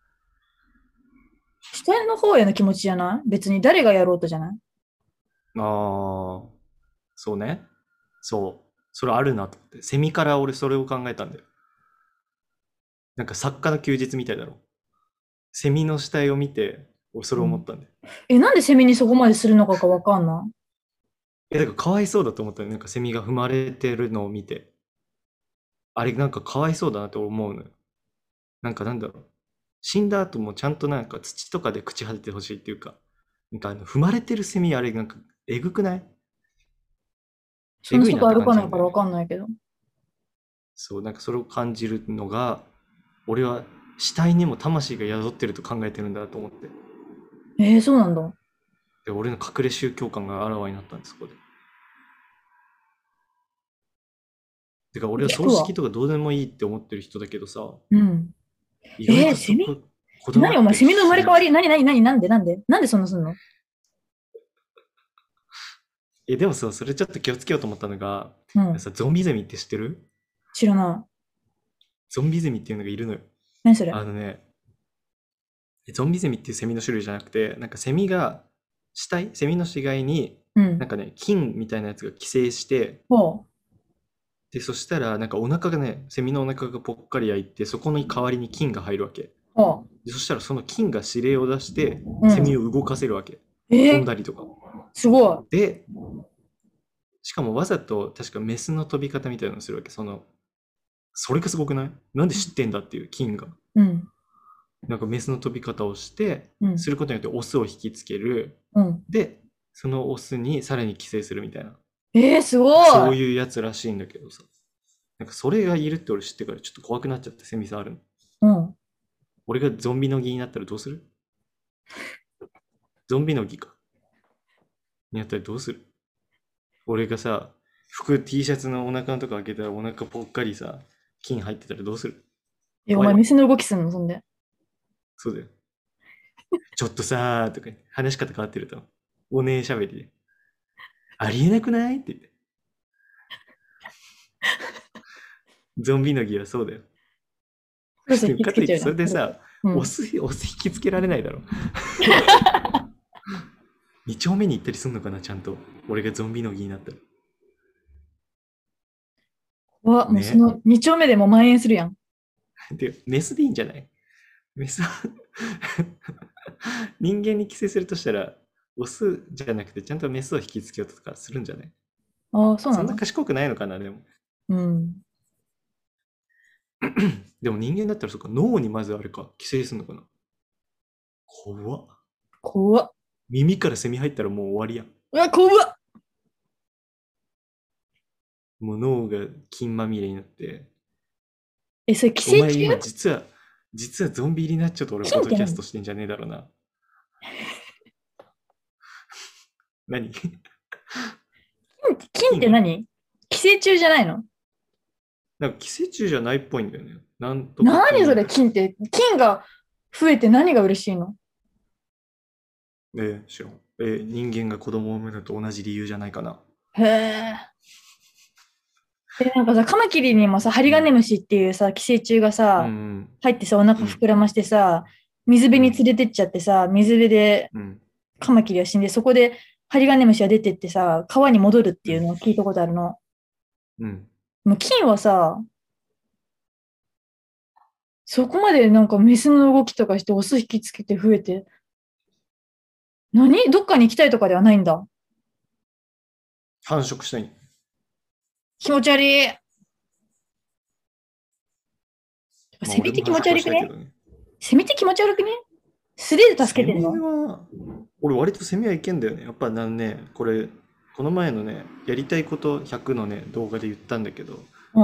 下の方への気持ちじゃない別に誰がやろうとじゃないああ、そうね。そう。それあるなと思って。セミから俺それを考えたんだよ。なんか作家の休日みたいだろ。セミの死体を見て、俺それうん。 思ったんだよ。 なんでセミにそこまでするのかわかんないだからかわいそうだと思ったの。なんかセミが踏まれてるのを見て。あれなんかかわいそうだなって思うのよ。なんかなんだろう。死んだ後もちゃんとなんか土とかで朽ち果ててほしいっていうか、なんか踏まれてるセミあれなんかえぐくない？ そのえぐいなって外歩かないからわ感じなんだよね。 かんないけど。 そう、なんかそれを感じるのが、俺は死体にも魂が宿ってると考えてるんだと思って。 そうなんだ。 で、俺の隠れ宗教観があらわになったんです、そこで。てか、俺は葬聞くわ。 式とかどうでもいいって思ってる人だけどさ、 うん。 意外とセミそここだわ何お前、 ってセミの生まれ変わりする。 なんでそんなすんのでもさ、それちょっと気をつけようと思ったのが、 うん。 さ、ゾンビゼミって知ってる？ 知らない。 ゾンビゼミっていうのがいるのよ。 何それあのね、ゾンビゼミっていうセミの種類じゃなくて、なんかセミが、セミの死骸に、 うん。 なんかね、菌みたいなやつが寄生して、 ほで、そしたら、なんかお腹がね、セミのお腹がぽっかり開いて、そこの代わりに菌が入るわけ。 う。ほでそしたらその菌が指令を出して、 う。うセミん。 を動かせるわけ。飛んえー、 だりとか。 すごで、しかもわざと確かメスの飛び方みたいなのをするわけ。それがすごくない？なんで知ってんだっていう菌が。 い。うん。 なんかメスの飛び方をして、することによってオスを引きつける。で、そのオスにさらに寄生するみたいな。 すごい。 そういうやつらしいんだけどさ。なんかそれがいるって俺知ってからちょっと怖くなっちゃって、セミ触るの。俺がゾンビの儀になったらどうする？ゾンビの儀か。になったらどうする？俺がさ、服 T シャツのお腹のとこ開けたらお腹ぽっかりさ、菌入ってたらどうする？ お前メスの動きすんのそんで。 そうだよ。ちょっとさーとか話し方変わってると。おねえ喋りで。ありえなくないって言って。ゾンビの儀はそうだよ。かといってそれでさ、オス引きつけられないだろ。2丁目に行ったりすんのかな、ちゃんと。俺がゾンビの儀になったら。 もうその2丁目でも蔓延するやん。 で、メスでいいんじゃない？メスは人間に寄生するとしたら、オスじゃなくてちゃんとメスを引きつけようとかするんじゃない？ ああ、そうなの？ そんな賢くないのかな、でも。でも人間だったらそっか、脳にまずあれか、寄生するのかな。怖っ。耳からセミ入ったらもう終わりやん。 うわ、怖っ。 もう脳が金まみれになって。 それ寄生虫？ お前今実はゾンビ入りになっちゃうと俺ポッドキャストしてんじゃねえだろうな。何？ 菌って何？寄生虫じゃないの？ なんか寄生虫じゃないっぽいんだよね。 何それ菌って。菌が増えて何が嬉しいの？ 知らん。人間が子供を産むのと同じ理由じゃないかな。 へえ。なんかさ、カマキリにもさ、ハリガネムシっていうさ、寄生虫がさ、入ってさ、お腹膨らましてさ、水辺に連れてっちゃってさ、水辺でカマキリは死んで、そこでハリガネムシが出てってさ、川に戻るっていうのを聞いたことあるの。もう菌はさ、そこまでなんかメスの動きとかしてオス引きつけて増えて、どっかに行きたいとかではないんだ。 繁殖したい。 気持ち悪い。セミって気持ち悪くね？セミって気持ち悪くね？素手で助けてんの？ 俺割とセミはいけんだよね。やっぱこれ、この前のね、やりたいこと100のね、動画で言ったんだけど、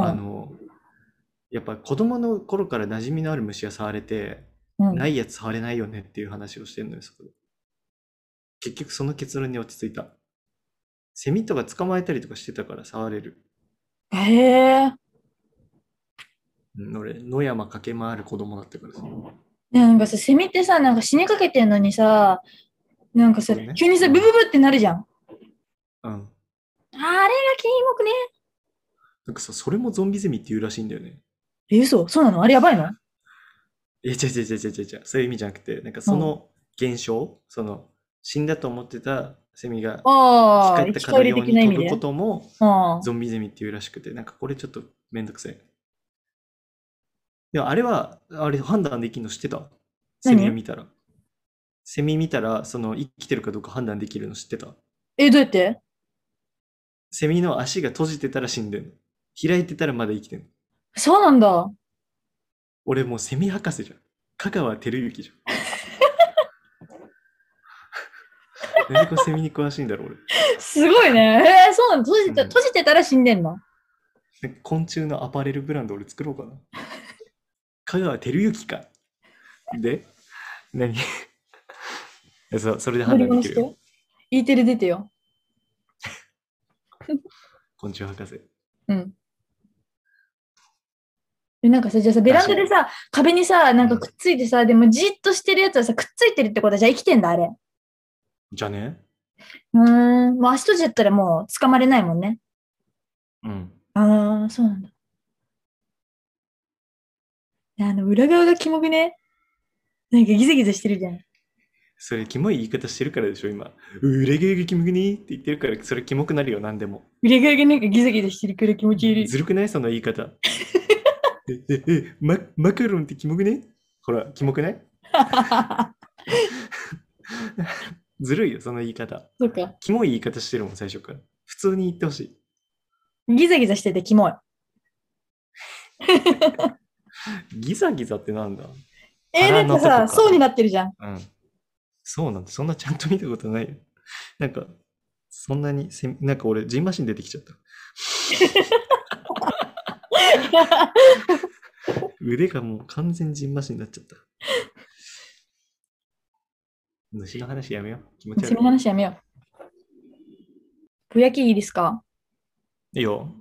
やっぱ子供の頃から馴染みのある虫が触れて、ないやつ触れないよねっていう話をしてんのよ、そこで。結局その結論に落ち着いた。セミとか捕まえたりとかしてたから触れる。俺、野山駆け回る子供だったからさ。 なんかさ、セミってさ、なんか死にかけてんのにさ、なんかさ、急にさ、ブブブってなるじゃん。あれがキモくね。 なんかさ、それもゾンビゼミって言うらしいんだよね。 嘘？そうなの？あれやばいの？ 違う。そういう意味じゃなくて、なんかその現象、死んだと思ってたセミが生き返ったかのように飛ぶこともゾンビゼミっていうらしくて、なんかこれちょっとめんどくさい。でもあれ判断できるの知ってた？セミを見たら。セミ見たら、生きてるかどうか判断できるの知ってた？ どうやって？ セミの足が閉じてたら死んでんの。開いてたらまだ生きてんの。 そうなんだ。 俺もうセミ博士じゃん。香川照之じゃん。なんでこれセミに詳しいんだろう、俺。 すごいね。そうなの？閉じてたら死んでんの？ 昆虫のアパレルブランド俺作ろうかな。香川照之か。で、何？それで判断できるよ。 E テレ出てよ。 昆虫博士。 なんかさ、じゃあさ、ベランダでさ、壁にさ、なんかくっついてさ、でもじっとしてるやつはさ、くっついてるってことはじゃあ生きてんだ、あれ。 じゃね？ もう足閉じちゃったらもう捕まれないもんね。そうなんだ。裏側がキモくね？なんかギザギザしてるじゃん。 それキモい言い方してるからでしょ、今。裏側がキモくねって言ってるから、それキモくなるよ、なんでも。 裏側がなんかギザギザしてるから気持ち悪い。 ずるくない？その言い方。マカロンってキモくね？ほら、キモくない？ずるいよ、その言い方。 そうか。 キモい言い方してるもん、最初から。普通に言ってほしい。ギザギザしててキモい。 ギザギザってなんだ？ 腹のとこか。 層になってるじゃん。 うん。そうなんだ。そんなちゃんと見たことないよ。なんか、そんなになんか俺、ジンマシン出てきちゃった。腕がもう完全ジンマシンになっちゃった。虫の話やめよう。気持ち悪い。 虫の話やめよう。ぶやきいいですか？ いいよ。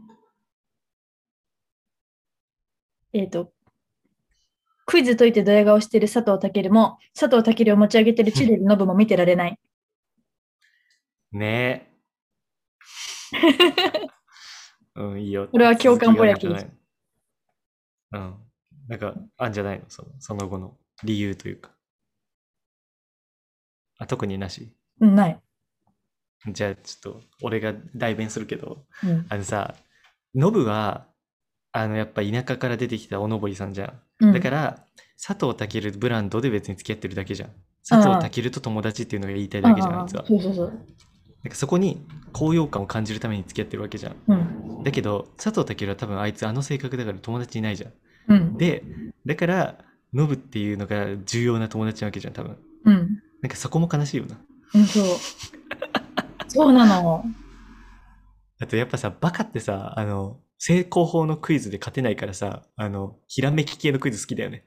クイズ解いてドヤ顔してる佐藤健も、佐藤健を持ち上げてる千鳥ノブも見てられない。 ねえ。うん、いいよ。 これは共感ぼやきです。 うん。なんか、あんじゃないのその後の理由というか。あ、特になし。 うん、ない。 じゃあ、ちょっと、俺が代弁するけど、 うん、 ノブは、やっぱ田舎から出てきたおのぼりさんじゃん。 うん、 だから、佐藤健ブランドで別に付き合ってるだけじゃん。佐藤健と友達っていうのが言いたいだけじゃん、あいつは。 そうそうそう。 なんかそこに高揚感を感じるために付き合ってるわけじゃん。 うん、 だけど、佐藤健は多分あいつあの性格だから友達いないじゃん。 うん、 で、だから、ノブっていうのが重要な友達なわけじゃん、多分。 うん。 なんかそこも悲しいよな。 うん、そう。そうなの。 あとやっぱさ、バカってさ、成功法のクイズで勝てないからさ、ひらめき系のクイズ好きだよね。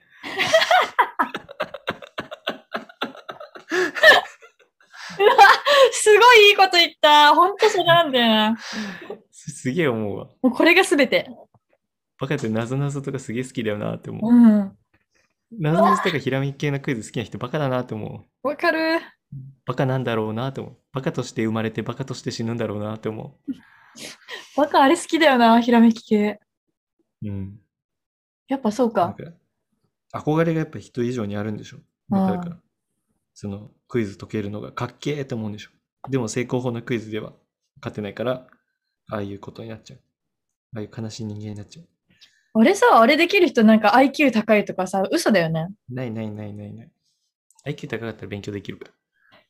すごいいいこと言った。ほんとそれなんだよな。 すげえ思うわ。 もうこれがすべて。 バカって謎々とかすげえ好きだよなって思う。 うん。 謎々とかひらめき系のクイズ好きな人バカだなって思う。わかる。 バカなんだろうなって思う。バカとして生まれてバカとして死ぬんだろうなって思う。 バカあれ好きだよな、ひらめき系。 うん。 やっぱそうか。 憧れがやっぱ人以上にあるんでしょ。バカだから。そのクイズ解けるのがかっけーって思うんでしょ。でも成功法のクイズでは勝てないから、ああいうことになっちゃう。ああいう悲しい人間になっちゃう。 俺さ、あれできる人なんか IQ 高いとかさ、嘘だよね。 ない。IQ 高かったら勉強できるから。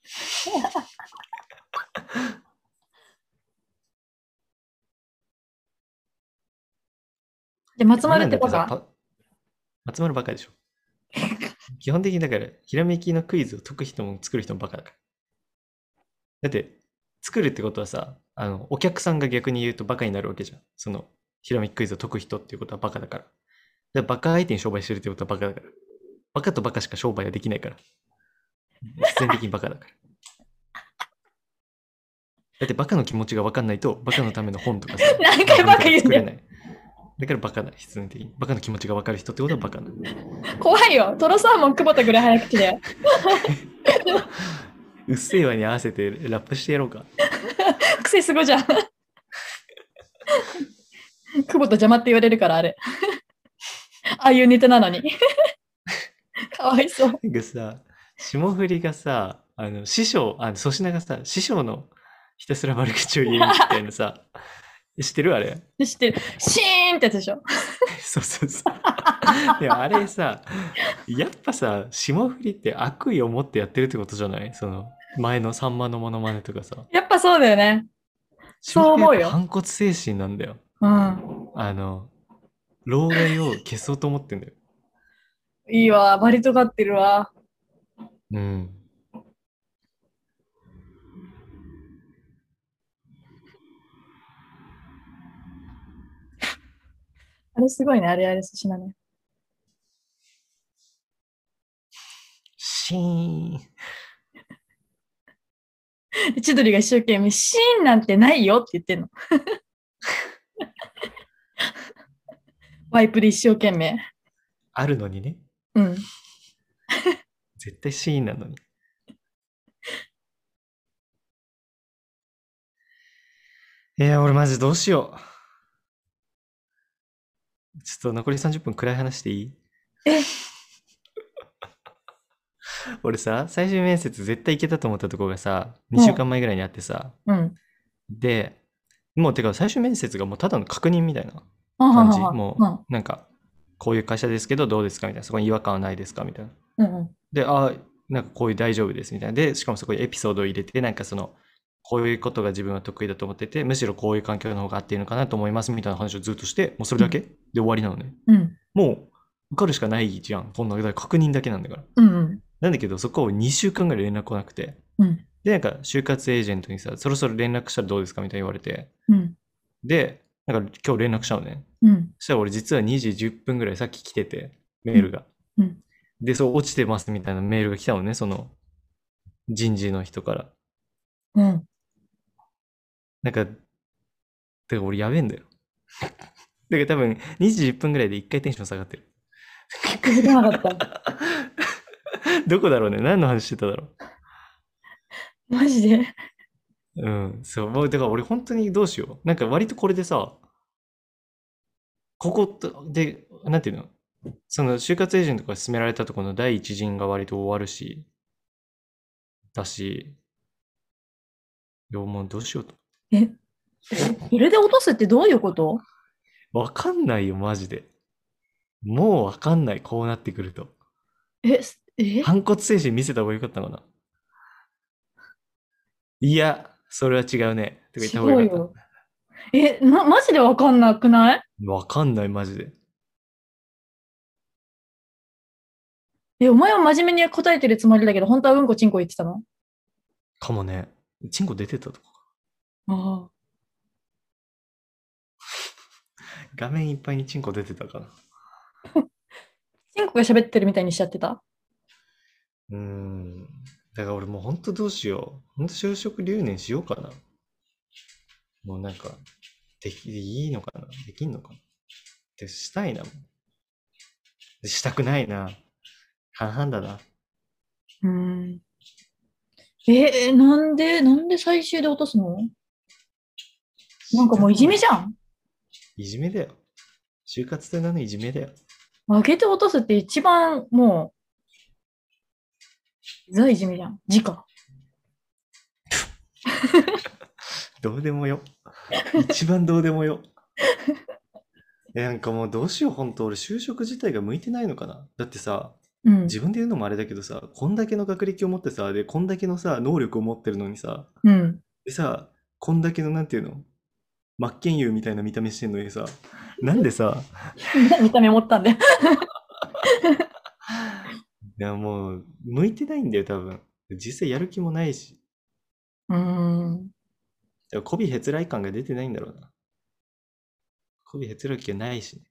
で、松丸ってバカ？ 松丸バカでしょ。基本的にだから、ひらめきのクイズを解く人も作る人もバカだから。だって、作るってことはさ、お客さんが逆に言うとバカになるわけじゃん。その、ひらめきクイズを解く人っていうことはバカだから。で、バカ相手に商売してるってことはバカだから。バカとバカしか商売はできないから。必然的にバカだから。だってバカの気持ちが分かんないと、バカのための本とかさ、 何回バカ言うんだよ。 だからバカだ、必然的に。バカの気持ちが分かる人ってことはバカだ。 怖いよ。トロサーモン久保田ぐらい早口だよ。 うっせぇわに合わせてラップしてやろうか。 癖すごいじゃん。久保田邪魔って言われるからあれ。ああいうネタなのに。かわいそう。 なんかさ、霜降りがさ、師匠、粗品がさ、師匠のひたすら悪口を言うみたいなさ、知ってるあれ。 知ってる。シーンってやつでしょ。 そう。でもあれさ、やっぱさ、霜降りって悪意を持ってやってるってことじゃない？その、前のさんまのモノマネとかさ。 やっぱそうだよね。 そう思うよ。反骨精神なんだよ。 うん。 老害を消そうと思ってんだよ。 いいわ、バリとがってるわ。 うん。 あれすごいね、あれ寿司なね。 シーン。 千鳥が一生懸命、シーンなんてないよって言ってんの。ワイプで一生懸命。 あるのにね。 うん。 絶対シーンなのに。俺マジどうしよう。ちょっと残り30分暗い話していい？俺さ、最終面接絶対行けたと思ったとこがさ、2週間前ぐらいにあってさ、で、もうてか最終面接がもうただの確認みたいな感じ。もうなんか、こういう会社ですけどどうですかみたいな。そこに違和感はないですかみたいな。で、なんかこういう大丈夫ですみたいな。で、しかもそこにエピソードを入れて、なんかその、こういうことが自分は得意だと思ってて、むしろこういう環境の方が合っているのかなと思いますみたいな話をずっとして、もうそれだけで終わりなのね。もう、 受かるしかないじゃん。こんな、だから確認だけなんだから。 うんうん。 なんだけど、そこを2週間ぐらい連絡来なくて。 うん。 で、なんか、就活エージェントにさ、そろそろ連絡したらどうですかみたいに言われて。 うん。 で、なんか今日連絡したのね。 うん。 そしたら俺実は2時10分ぐらいさっき来てて、メうん。 ールが。 うん。 で、そう落ちてますみたいなメールが来たのね、その人事の人から。 うん。 なんか、だから俺やべえんだよ。だから多分2時10分ぐらいで1回テンション下がってる。 気づかなかった。 どこだろうね。何の話してただろマジで。 う。うん、そう。もうだから俺本当にどうしよう。なんか割とこれでさ、こことで、なんていうの、その就活エージェントから勧められたところの第一陣が割と終わるし、だし、いやもうどうしようと。 え、それで落とすってどういうこと？ わかんないよ、マジで。もうわかんない、こうなってくると。 え、 反骨精神見せた方がよかったのかな。いや、それは違うね。とか言っ違た方がよかっうよ。マジでわかんなくない？ た。わかんない、マジで。 お前は真面目に答えてるつもりだけど、本当はうんこちんこ言ってたの？ かもね。チンコ出てたとか。 ああ。 画面いっぱいにチンコ出てたかな。 ちんこが喋ってるみたいにしちゃってた。 うーん。だから俺もうほんとどうしよう。ほんと就職留年しようかな。もうなんか、いいのかな、できんのかなってしたいな。したくないな。半々だな。 うん。なんで最終で落とすの？なんかもういじめじゃん。 いじめだよ。就活生なのいじめだよ。 上げて落とすって一番もう、ザいじめじゃん。直。 どうでもよ。一番どうでもよ。なんかもうどうしよう、本当俺就職自体が向いてないのかな。だってさ、 うん。 自分で言うのもあれだけどさ、こんだけの学歴を持ってさ、で、こんだけのさ、能力を持ってるのにさ、 うん。 でさ、こんだけのなんていうの、真剣佑みたいな見た目してんのにさ、なんでさ、 見た目持ったんで。 いやもう、向いてないんだよ、多分。実際やる気もないし、 うーん。 媚びへつらい感が出てないんだろうな。媚びへつらい気がないしね。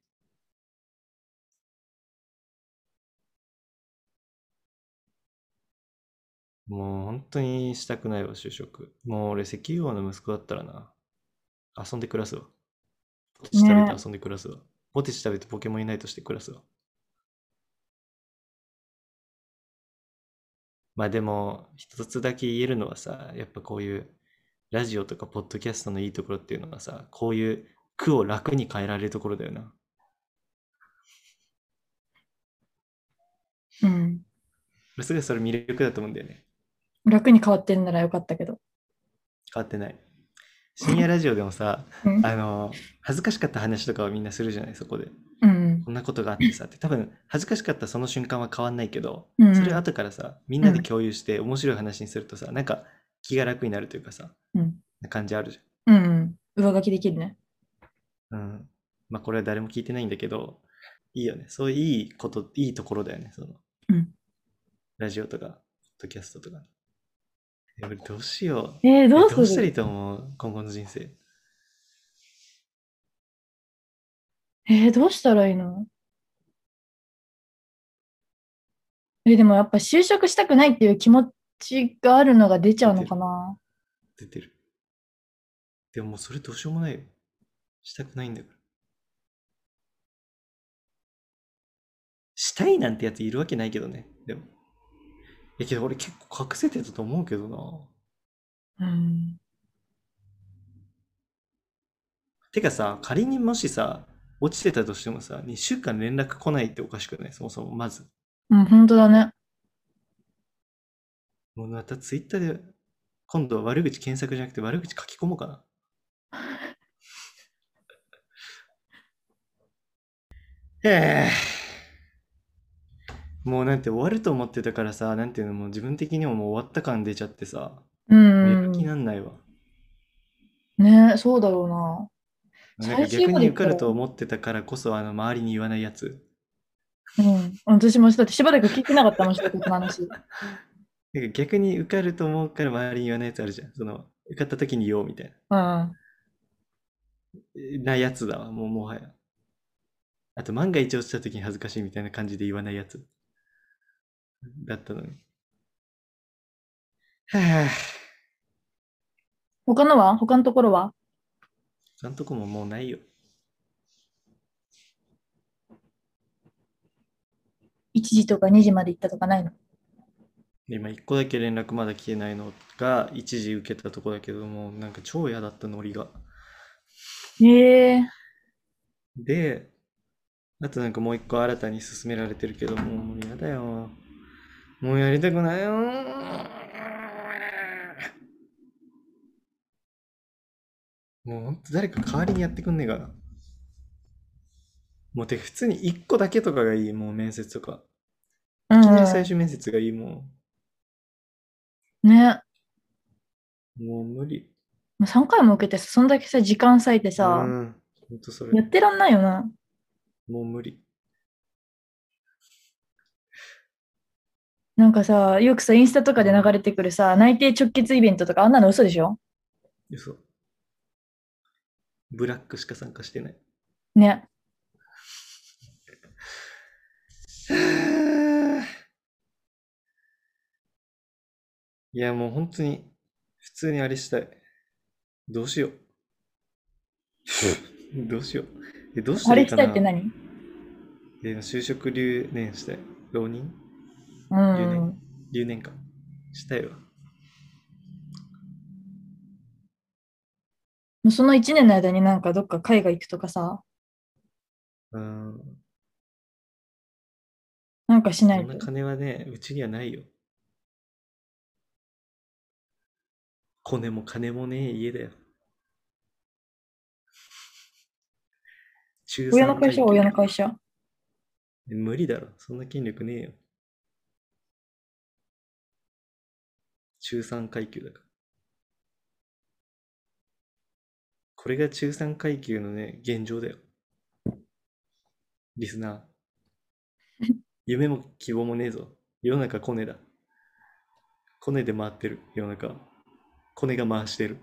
もう本当にしたくないわ、就職。もう俺、石油王の息子だったらな、遊んで暮らすわ。ポテチ食べてね。 遊んで暮らすわ。ポテチ食べてポケモンいないとして暮らすわ。まあでも、一つだけ言えるのはさ、やっぱこういうラジオとかポッドキャストのいいところっていうのはさ、こういう苦を楽に変えられるところだよな。 うん。 俺すごいそれ魅力だと思うんだよね。 楽に変わってんならよかったけど。 変わってない。深夜ラジオでもさ、 うん。 恥ずかしかった話とかはみんなするじゃない、そこで。 うん。 こんなことがあってさ、って多分恥ずかしかったその瞬間は変わんないけど、それうん。 後からさ、みんうん。 なで共有して面白い話にするとさ、なんか気が楽になるというかさ、 うん。 な感じあるじうん。上書きできるね。 ゃん。うん。まあこれは誰も聞いてないんだけど、いいよね。そういういいこと、いいところだよね。その、 うん。 ラジオとか、ポッドキャストとか。俺どうしよう。 どうする？ どうしたらいいと思う今後の人生。 どうしたらいいの？でもやっぱ就職したくないっていう気持ちがあるのが出ちゃうの出てる。 かな。 出てる。でももうそれどうしようもないよ。したくないんだから。したいなんてやついるわけないけどね。でも。けど俺結構隠せてたと思うけどな。 うん。 てかさ、仮にもしさ、落ちてたとしてもさ、2週間連絡来ないっておかしくないそもそも、まず。 うん、本当だね。 もうまたツイッターで、今度は悪口検索じゃなくて悪口書き込もうかな。ええもうなんて終わると思ってたからさ、なんていうのもう自分的にももう終わった感出ちゃってさ、 うもうやる気ん。 なんないわ。 ね、そうだろうな。 なんか最終逆に受かまで行ったら、 ると思ってたからこそ、周りに言わないやつ。 うん。私もだってしばらく聞いてなかったもん、就活の話。 なんか逆に受かると思うから周りに言わないやつあるじゃん。その、受かった時に言おうみたいうん。 なやつだわ、もうもはや。あと万が一落ちた時に恥ずかしいみたいな感じで言わないやつだったのに。はぁ。 他のところは？ 他のとこももうないよ。 1時とか2時まで行ったとかないの？ 今一個だけ連絡まだ来てないのが一時受けたとこだけども、なんか超嫌だったノリが。 ええで、あとなんかもう一個新たに進められてるけど、もう嫌だよ。もうやりたくないよ。もうほんと誰か代わりにやってくんねえかな。もうてか普通に一個だけとかがいい、もう面接とか。 ういきなり最ん。 終面接がいい、もね。 う。もう無理。 3回も受けてさ、そんだけさ、時間割いてうーさ、 ん。ほんとそれ。 やってらんないよな。 もう無理。 なんかさ、よくさ、インスタとかで流うん。 れてくるさ、内定直結イベントとか、あんなの嘘でしょ？ 嘘。ブラックしか参加してない。 ね。 いや、もう本当に、普通にあれしたい。どうしよう。どうしよう。どうしたあれしたいってらいいかな。 何？ 就職留年したい。浪人う留年ん。 留年か。したいわ。 その1年の間になんかどっか海外行くとかさ、 うん。 なんかしないと。 そんな金はね、うちにはないよ。コネも金もねえ家だよ。中親の 3 会社は親階級。 の会社。 無理だろ。そんな権力ねえよ。中3階級だから。これが中3階級のね、現状だよ。リスナー。夢も希望もねえぞ。世の中コネだ。コネで回ってる。世の中。コネが回してる。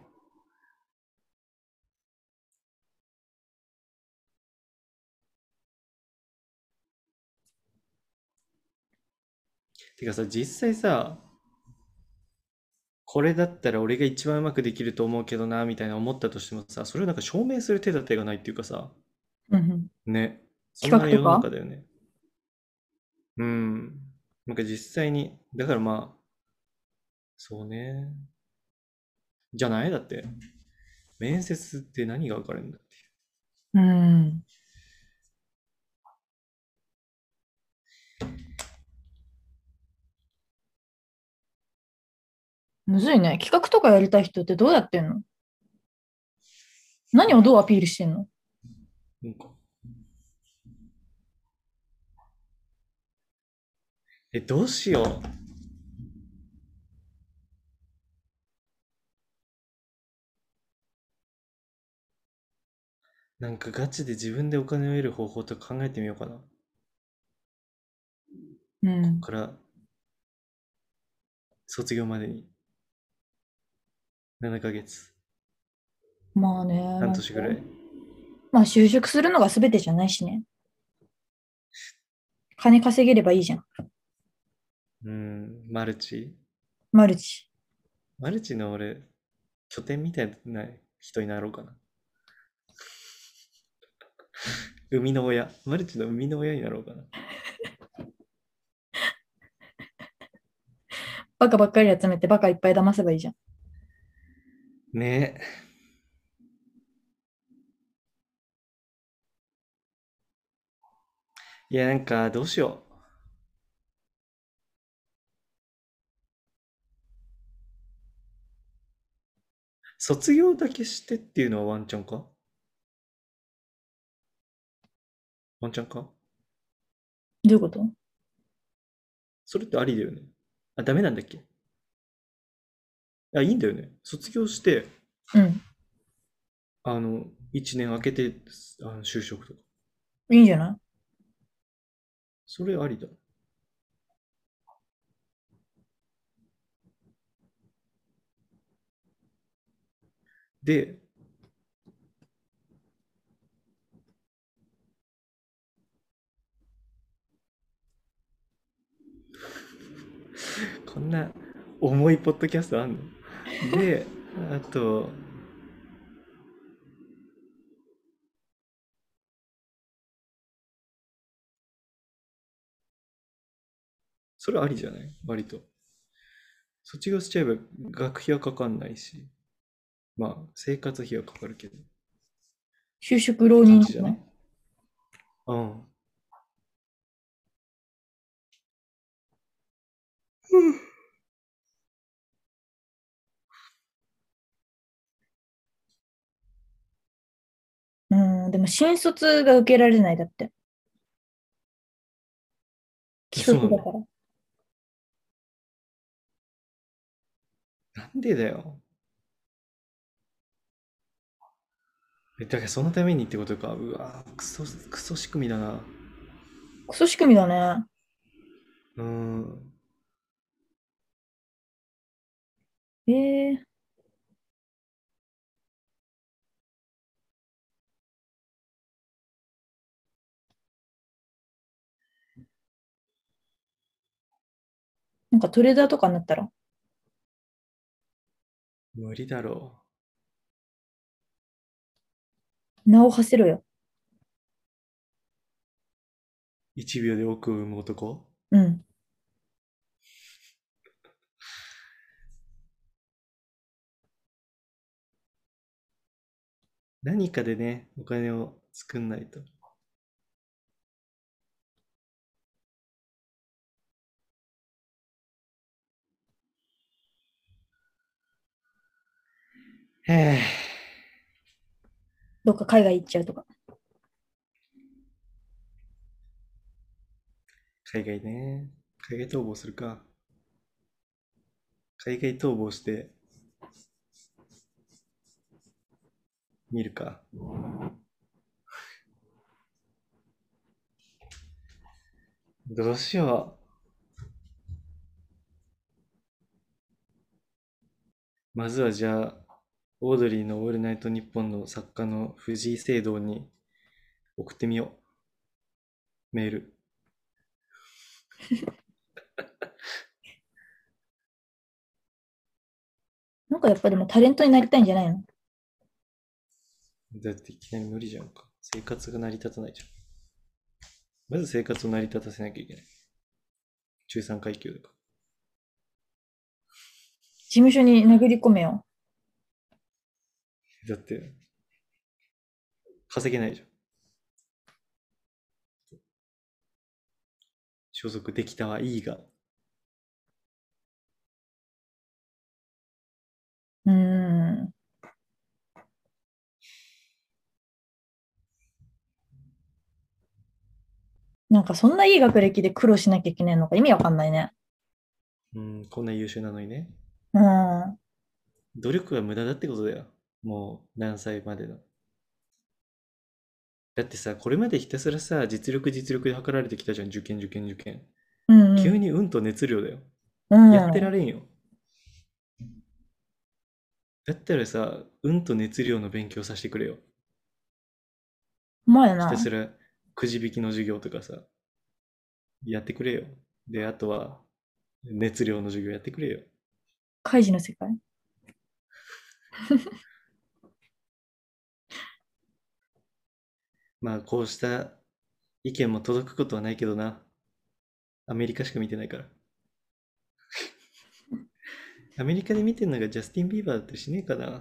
てかさ、実際さ、これだったら俺が一番うまくできると思うけどな、みたいな思ったとしてもさ、それをなんか証明する手立てがないっていうかさ、 うんうん。 ね。そん企な世の画とか？ 中だよね。うん。なんか実際に、だからまあ、そうね。じゃないだって。面接って何が分かるんだって。 うん。むずいね。企画とかやりたい人ってどうやってんの？何をどうアピールしてんの？ なんか、どうしよう。なんかガチで自分でお金を得る方法とか考えてみようかな。こうん。 っから卒業までに7ヶ月、 まあね、 半なんか、 年ぐらい。 まあ就職するのが全てじゃないしね。金稼げればいいじゃん。 マルチ。 マルチ。 マルチの俺、拠点みたいな人になろうかな。生みの親。マルチの生みの親になろうかな。 バカばっかり集めてバカいっぱい騙せばいいじゃん。 ねえ。いや、なんか、どうしよう。卒業だけしてっていうのはワンチャンか？ワンチャンか？ どういうこと？ それってありだよね。あ、ダメなんだっけ？あ、いいんだよね。卒業して、 うん。 1年空けて、就職とか。 いいんじゃない？ それありだ。で、こんな重いポッドキャストあんの？で、あと、それありじゃない割と。卒業しちゃえば学費はかかんないし、まあ、生活費はかかるけど。っ就職浪て感人ね。 じじゃない？うん。 うん、でも新卒が受けられないだって。既そうなの？ 卒だから。 なんでだよ。だからそのためにってことか。うわクソ仕組みだな。 クソ仕組みだね。 うーん。 ええ、なんかトレーダーとかになったら無理だろ名を馳せろよ。 う。1秒で億を生む男。 うん。 何かでね、お金を作んないと。へえ。 どっか海外行っちゃうとか。 海外ね。海外逃亡するか。海外逃亡してみるか。どうしよう。まずはじゃあ、オードリーのオールナイトニッポンの作家の藤井聖堂に送ってみよう。メール。 なんかやっぱでもタレントになりたいんじゃないの？ だっていきなり無理じゃんか。生活が成り立たないじゃん。まず生活を成り立たせなきゃいけない。中産階級だか事務所に殴り込めよ。 ら。だって、稼げないじゃん。所属できたはいいが。 うーん。なんかそんないい学歴で苦労しなきゃいけないのか意味わかんないね。 うん、こんな優秀なのにね。 うん。 努力は無駄だってことだよ。もう何歳までの。だってさ、これまでひたすらさ、実力で測られてきたじゃん。受験。 うんうん。 急に運と熱量だよ。 うやってらん。 れんよ。だったらさ、運と熱量の勉強させてくれよ。 お前な。 ひたすらくじ引きの授業とかさ、やってくれよ。で、あとは熱量の授業やってくれよ。 カイジの世界。 まあ、こうした意見も届くことはないけどな。アメリカしか見てないから。アメリカで見てるのがジャスティン・ビーバーだったりしねえかな。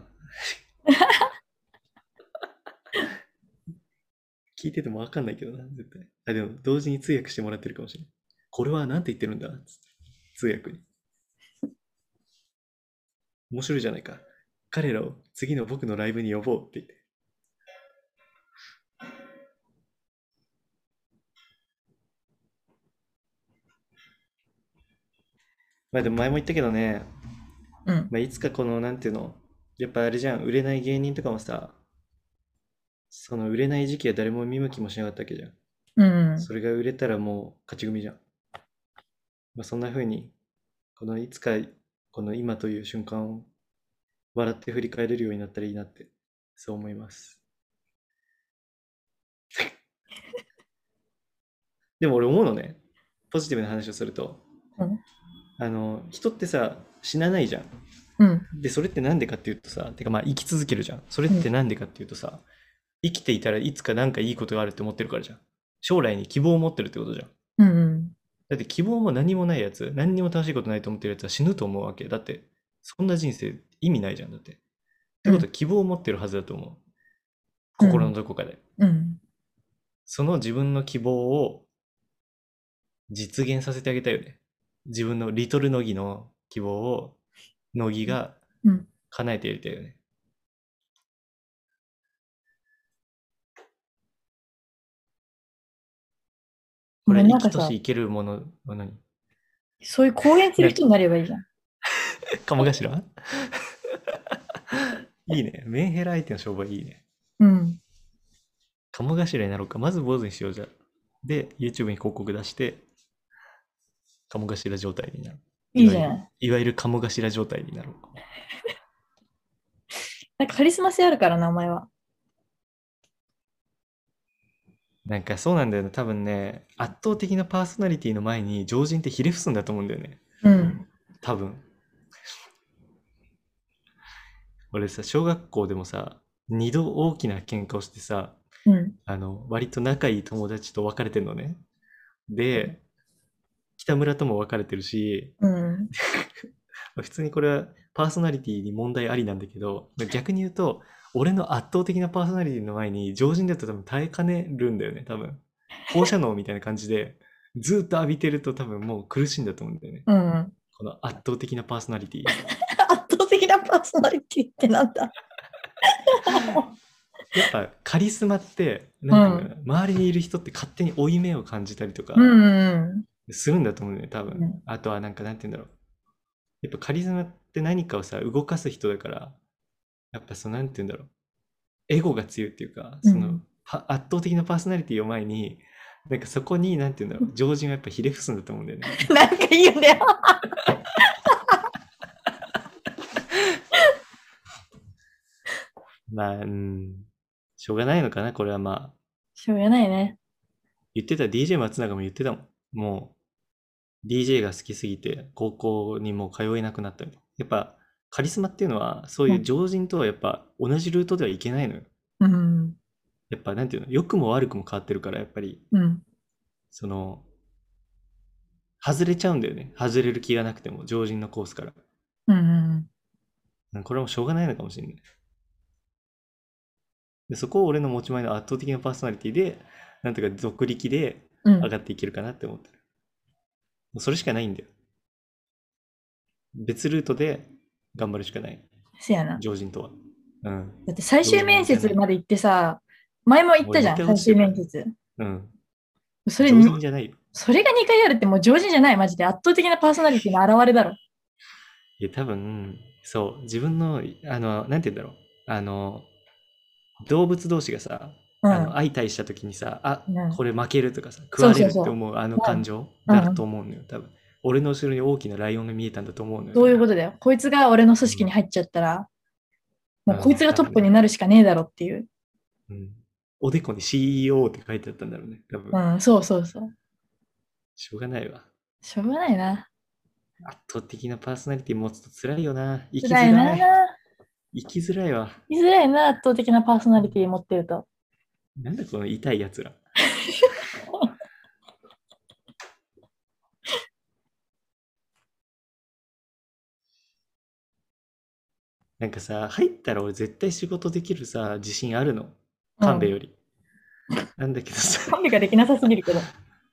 聞いててもわかんないけどな、絶対。あ、でも、同時に通訳してもらってるかもしれない。これはなんて言ってるんだつって通訳に。面白いじゃないか。彼らを次の僕のライブに呼ぼうって言って。まあでも前も言ったけどね、 うん。 まあ、いつかこの、なんていうの、やっぱあれじゃん、売れない芸人とかもさ、その売れない時期は誰も見向きもしなかったわけじゃん。 うん。 それが売れたらもう勝ち組じゃん。まあ、そんな風に、このいつか、この今という瞬間を笑って振り返れるようになったらいいなって、そう思います。でも俺思うのね、ポジティブな話をすると、 うん。 人ってさ、死なないじゃん。 うん。 で、それってなんでかっていうとさ、てかまあ生き続けるじゃん。それっうん。 てなんでかっていうとさ、生きていたらいつかなんかいいことがあるって思ってるからじゃん。将来に希望を持ってるってことじゃん。 うん。 だって希望も何もないやつ、何にも楽しいことないと思ってるやつは死ぬと思うわけ。だって、そんな人生意味ないじゃん。だって。ってうん。 ことは希望を持ってるはずだと思う。心のうん。 どこかで。 うん。 その自分の希望を実現させてあげたいよね。自分のリトル乃木の希望を乃木がうん。 叶えてやりたいよね。これもうは生きなんかさ、 とし生けるものは何？ そういう公演するな、 人になればいいじゃん。 鴨頭いいね。メンヘラ相手の商売いいね。 うん。 鴨頭になろうか。まず坊主にしようじゃあ。で、YouTube に広告出して、鴨頭状態になる。いわゆる、 いいじゃない。 いわゆる鴨頭状態になろう。 なんかカリスマ性あるからな、お前は。 なんかそうなんだよね。多分ね、圧倒的なパーソナリティの前に常人ってひれ伏すんだと思うんだよね。 うん。 多分。俺さ、小学校でもさ、二度大きな喧嘩をしてさ、 うん。 割と仲いい友達と別れてんのね。で、北村とも別れてるし、 うん。 普通にこれはパーソナリティに問題ありなんだけど、逆に言うと、俺の圧倒的なパーソナリティの前に常人だと多分耐えかねるんだよね、多分。放射能みたいな感じで、ずっと浴びてると多分もう苦しいんだと思うんだよね。 うん。 この圧倒的なパーソナリティ。 圧倒的なパーソナリティってなんだ？ やっぱカリスマって、 うん。 周りにいる人って勝手に負い目を感じたりとうかん。 するんだと思うんだよね、多分。 うん。 あとはなんて言うんだろう。やっぱカリスマって何かをさ、動かす人だから、やっぱなんて言うんだろう。エゴが強いっていうか、 うん。 圧倒的なパーソナリティを前に、なんかそこに、なんて言うんだろう、常人はやっぱひれ伏すんだと思うんだよね。 なんかいいよね。 まあ、しょうがないのかな、これはまあ。 しょうがないね。 言ってた DJ 松永も言ってたもん。もう、DJ が好きすぎて、高校にもう通えなくなったみたいな。やっぱ、カリスマっていうのは、そういううん。 常人とはやっぱ同じルートではいけないのよ。 うん。 やっぱ、なんていうの、良くも悪くも変わってるから、やっぱり、 うん。 その、外れちゃうんだよね。外れる気がなくても、常人のコースから。 うん。 これはもうしょうがないのかもしれない。で、そこを俺の持ち前の圧倒的なパーソナリティで、なんとか独力でうん。 上がっていけるかなって思ってる。もうそれしかないんだよ。別ルートで頑張るしかない。 せやな。 常人とは。うん。 だって最常終面人じゃない。 接まで行ってさ、前も言ったじゃん、 俺2回最終落ちてるからね。 面接。 うん。 それ、 常人じゃないよ。 それが2回あるってもう常人じゃない、マジで。圧倒的なパーソナリティの表れだろ。 いや、多分、そう、自分の、なんて言うんだろう。動物同士がさ、 うん。 相対した時にさ、あ、 うん。 これ負けるとかさ、食そうわれそうそるって思うあのう。うん。 感情だうん。 と思うのよ、多分。俺の後ろに大きなライオンが見えたんだと思うのよ、 そう多分。 いうことだよ。こいつが俺の組うん。 織に入っちゃったら、もうこいつうん、 がトップに多分ね。 なるしかねえだろっていう。 うん。おでこに CEO って書いてあったんだろうね、多分。 うん、そうそうそう。 しょうがないわ。 しょうがないな。 圧倒的なパーソナリティ持つと辛いよな。生き辛いな。 づらい。生きづらいわ。 いづらいな、圧倒的なパーソナリティ持ってると。 なんだこの痛いやつら。なんかさ、入ったら俺絶対仕事できるさ、自信あるの。 うん。 神戸より。なんだけどさ、 コンビができなさすぎるけど。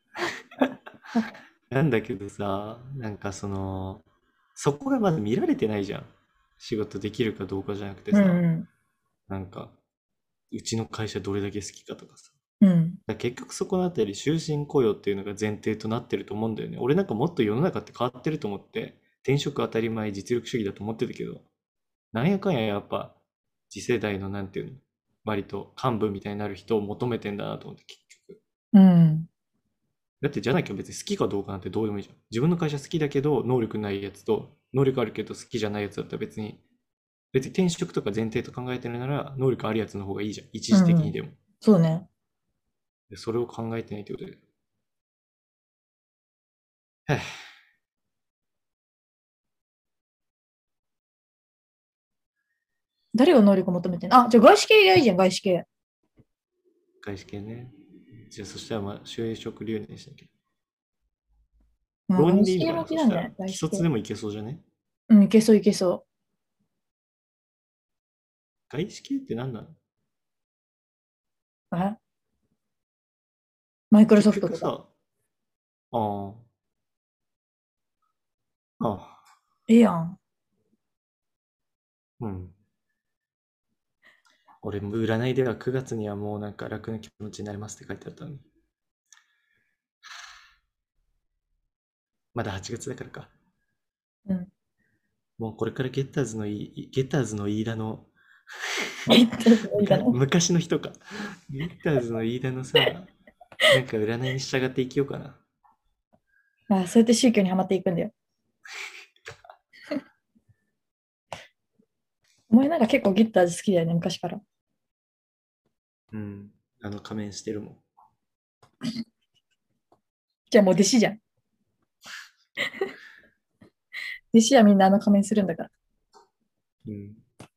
なんだけどさ、そこがまず見られてないじゃん。仕事できるかどうかじゃなくてうさ、 んなんか、うちの会社どれだけ好きかとかさ。 うん。うん。 だから結局そこのあたり終身雇用っていうのが前提となってると思うんだよね。俺なんかもっと世の中って変わってると思って、転職当たり前実力主義だと思ってたけど、なんやかんややっぱ次世代のなんていうの、割と幹部みたいになる人を求めてんだなと思って結局。 うん。 だってじゃなきゃ別に好きかどうかなんてどうでもいいじゃん。自分の会社好きだけど能力ないやつと、能力あるけど好きじゃないやつだったら別に転職とか前提と考えてるなら能力あるやつの方がいいじゃん。一時うんうん。 的にでも。 そうね。 でそれを考えてないってことで。はぁ誰が能力求めてんの？あ、じゃあ外資系がいいじゃん、外資系。 外資系ね。じゃあそしたらまあ就職留年しなきゃ。 まあ、 浪外資系人でいいのかな、そしたら。 向きなんじゃない？外資系。 既卒でもいけそうじゃね？ うん、いけそういけそ外資系って何なの？ う。マイクロ結ソフトとか。 局さ、ああ、ああ、 ええやん。 うん。俺も占いでは9月にはもうなんか楽な気持ちになりますって書いてあったのに。まだ8月だからか。 うん。 もうこれからゲッターズの飯田のえっと、いいかな。 昔の人か。ゲッターズの飯田のさ、なんか占いに従って生きようかな。 あ、そうやって宗教にはまっていくんだよ。お前なんか結構ギターズ好きだよね、昔から。 うん。仮面してるもん。 じゃあもう弟子じゃん。弟子はみんなあの仮面するんだから。 うん。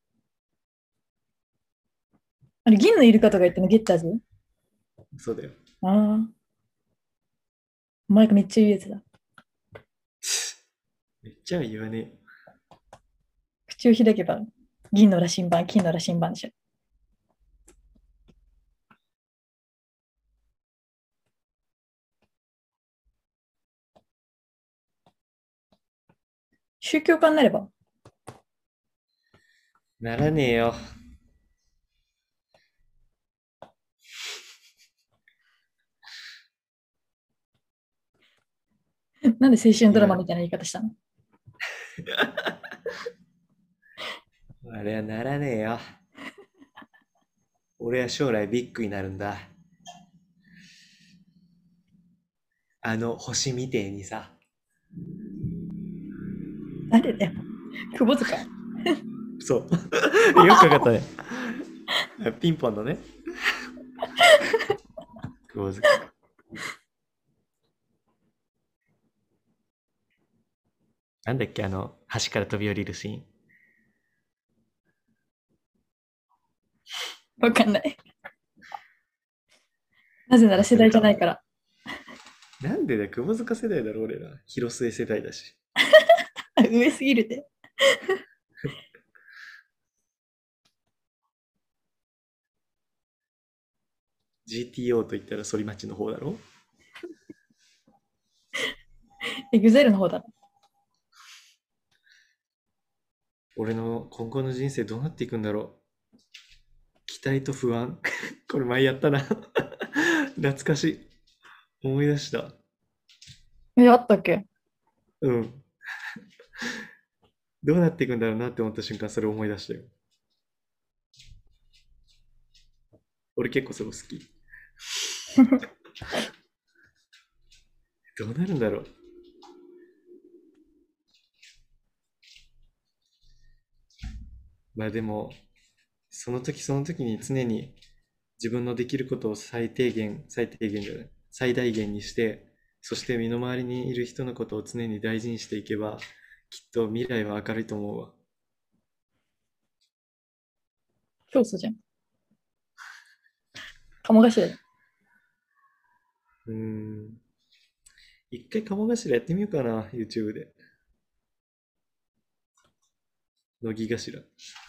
あれ、銀のイルカとか言ってんのゲッターズ？ そうだよ。 ああ、お前がめっちゃ言うやつだ。 めっちゃは言わねえ。 口を開けば、銀の羅針盤、金の羅針盤でしょ。宗教家になれば。 ならねえよ。 なんで青春ドラマ今、 みたいな言い方したの？ あれはならねえよ。俺は将来ビッグになるんだ。星みてえにさ。 誰だよ。窪塚。 そう。よくわかったね。ピンポンのね。久保塚。なんだっけ、橋から飛び降りるシーン。 わかんない。なぜなら世代じゃないから。 なんでだよ、窪塚世代だろ、俺ら。広末世代だし。 上すぎるで。 GTO と言ったら反町の方だろ。 グゼルの方だ。 俺の今後の人生どうなっていくんだろう。期待と不安。これ前やったな。懐かしい。思い出した。 え、あったっけ？ うん。どうなっていくんだろうなって思った瞬間、それ思い出したよ。俺結構それ好き。どうなるんだろう。まあでも、その時その時に常に自分のできることを最低限じゃない、最大限にして、そして身の回りにいる人のことを常に大事にしていけば、きっと未来は明るいと思うわ。 教祖じゃん。鴨頭じゃん。 うーん。一回鴨頭やってみようかな、YouTube で。乃木頭。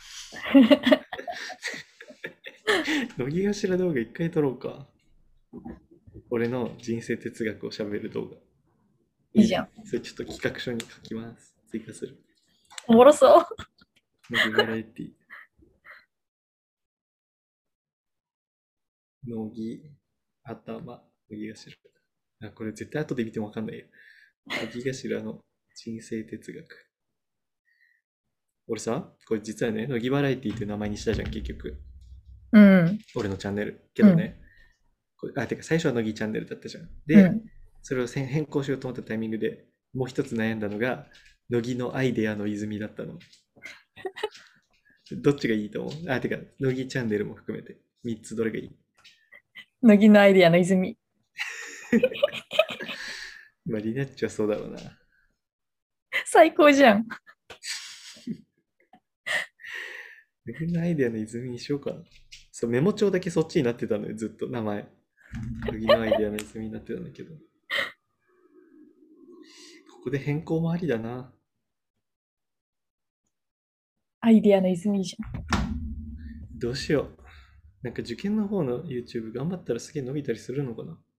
乃木頭動画一回撮ろうか。俺の人生哲学を喋る動画。いいね。 いいじゃん。 それちょっと企画書に書きます。追加する。 おもろそう。 乃木バラエティ。乃木頭、乃木頭。あ、これ絶対後で見てもわかんないよ。乃木頭の人生哲学。俺さ、これ実はね、乃木バラエティっていう名前にしたじゃん、結局。 うん。 俺のチャンネル。けうん。 どね、 てか最初は乃木チャンネルだったじゃん。 うで、 ん。 それを変更しようと思ったタイミングでもう一つ悩んだのが、乃木のアイデアの泉だったの。どっちがいいと思う？てか、乃木チャンネルも含めて、3つどれがいい？ 乃木のアイディアの泉。 まあ、リナッチはそうだろうな。 最高じゃん。 乃木のアイデアの泉にしようかな。そう、メモ帳だけそっちになってたのよ、ずっと名前。乃木のアイデアの泉になってたんだけど。ここで変更もありだな。 アイディアの泉じゃん。 どうしよう。なんか受験の方の YouTube 頑張ったらすげえ伸びたりするのかな。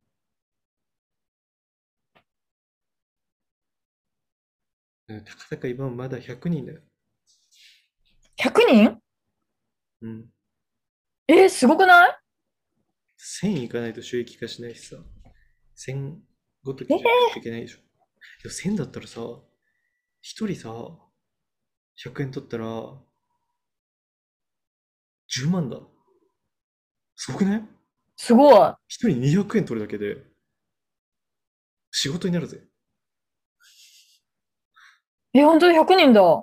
たかだか今まだ100人だよ。 100人？ うん。 すごくない？ 1000いかないと収益化しないしさ。1000ごときじゃ食っていけないでしょ。でも1000だったらさ、1人さ、100円取ったら10万だ。すごくない？ すごい。 1人200円取るだけで仕事になるぜ。 本当に100人だ。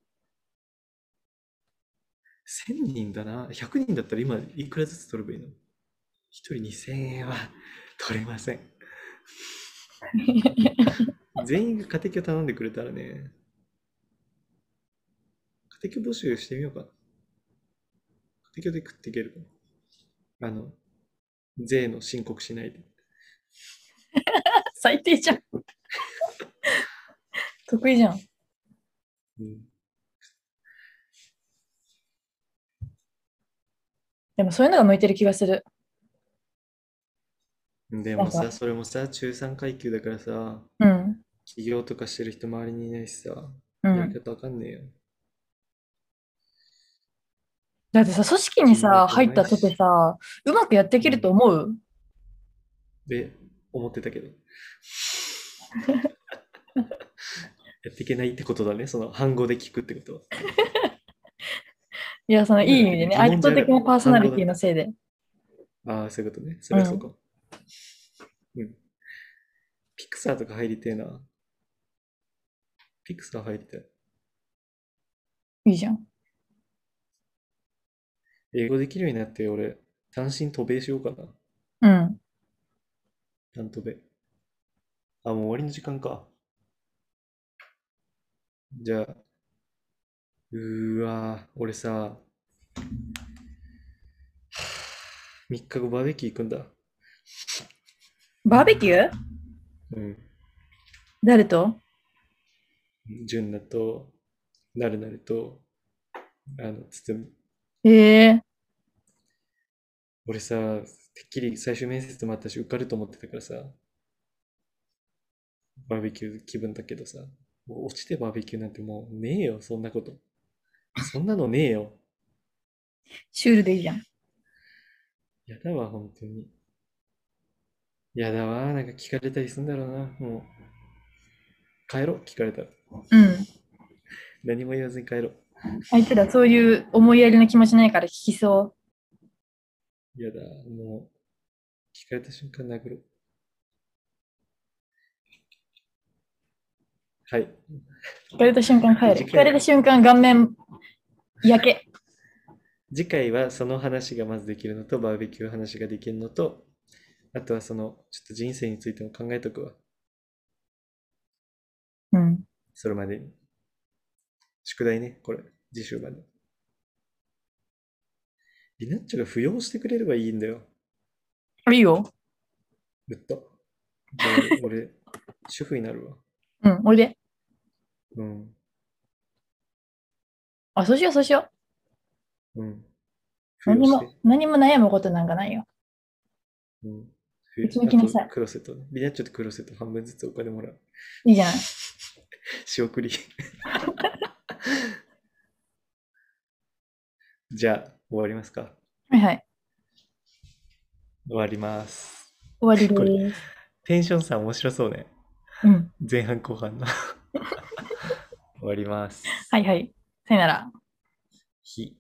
1000人だな。100人だったら今いくらずつ取ればいいの？ 1 人2000円は取れません。全員が家庭教頼んでくれたらね、家庭教募集してみようかな。家庭教で食っていけるかな。税の申告しないで。 最低じゃん。得意じゃん。 うん、 でもそういうのが向いてる気がする。 でもさ、 なんか、 それもさ、中3階級だからさ、 うん、 起業とかしてる人周りにいないしさ、やりうん。 方わかんねえよ。 だってさ、組織にさ、 人脈入ったとてもないし。 さ、うまくやっていけるとうん。 思う？ で、思ってたけど。やっていけないってことだね。その、反語で聞くってことは。 いや、そのい今のい意味でね、 疑圧倒問じゃなかった。 的なパーソナリティ反語だった。 のせいで。 ああ、そういうことね。そうん。 れはそうか。うん。ピクサーとか入りてえな。ピクサー入りたい。 いいじゃん。 英語できるようになって、俺、単身渡米しようかな。 うん。 単渡米。もう終わりの時間か。じゃあ、俺さ、3日後バーベキュー行くんだ。 バーベキュー？ うん。 誰と？ 純奈と、なるなると、つつみ。 ええ俺さ、てっきり最終面接もあったし、受かると思ってたからさ、バーベキュー気分だけどさ、もう落ちてバーベキューなんてもうねえよ、そんなこと。そんなのねえよ。 シュールでいいじゃん。 やだわ、本当に。やだわ、なんか聞かれたりするんだろうな。もう、帰ろう、聞かれたら。 うん。 何も言わずに帰ろう。 相手だ、そういう思いやりの気持ちないから聞きそやだ、もう、聞かれた瞬間殴ろう。はい。 う。聞かれた瞬間帰る。 で次聞かれた回、 瞬間顔面焼け。 次回はその話がまずできるのと、バーベキュー話ができるのと、あとはちょっと人生についても考えとくわ。 うん。 それまでに。宿題ね、これ。次週まで。リナッチョが扶養してくれればいいんだよ。 いいよ。 ぶっと。じゃあ俺、主婦になるわ。 うん、おいで。 うん。 あ、そうしよう、そうしようん。 う。何も、 扶養して。 何も悩むことなんかないよ。 うん。扶養うちして。あと、 に来なさい。 クロセットね。リナッチョとクロセット半分ずつお金もらう。 いいじゃない。 仕送り。じゃあ、終わりますか。 はいはい。 終わります。 終わりこれ、 です。 テンション差面白そうね。 うん。 前半後半の。終わります。 はいはい。さよなら。 ひ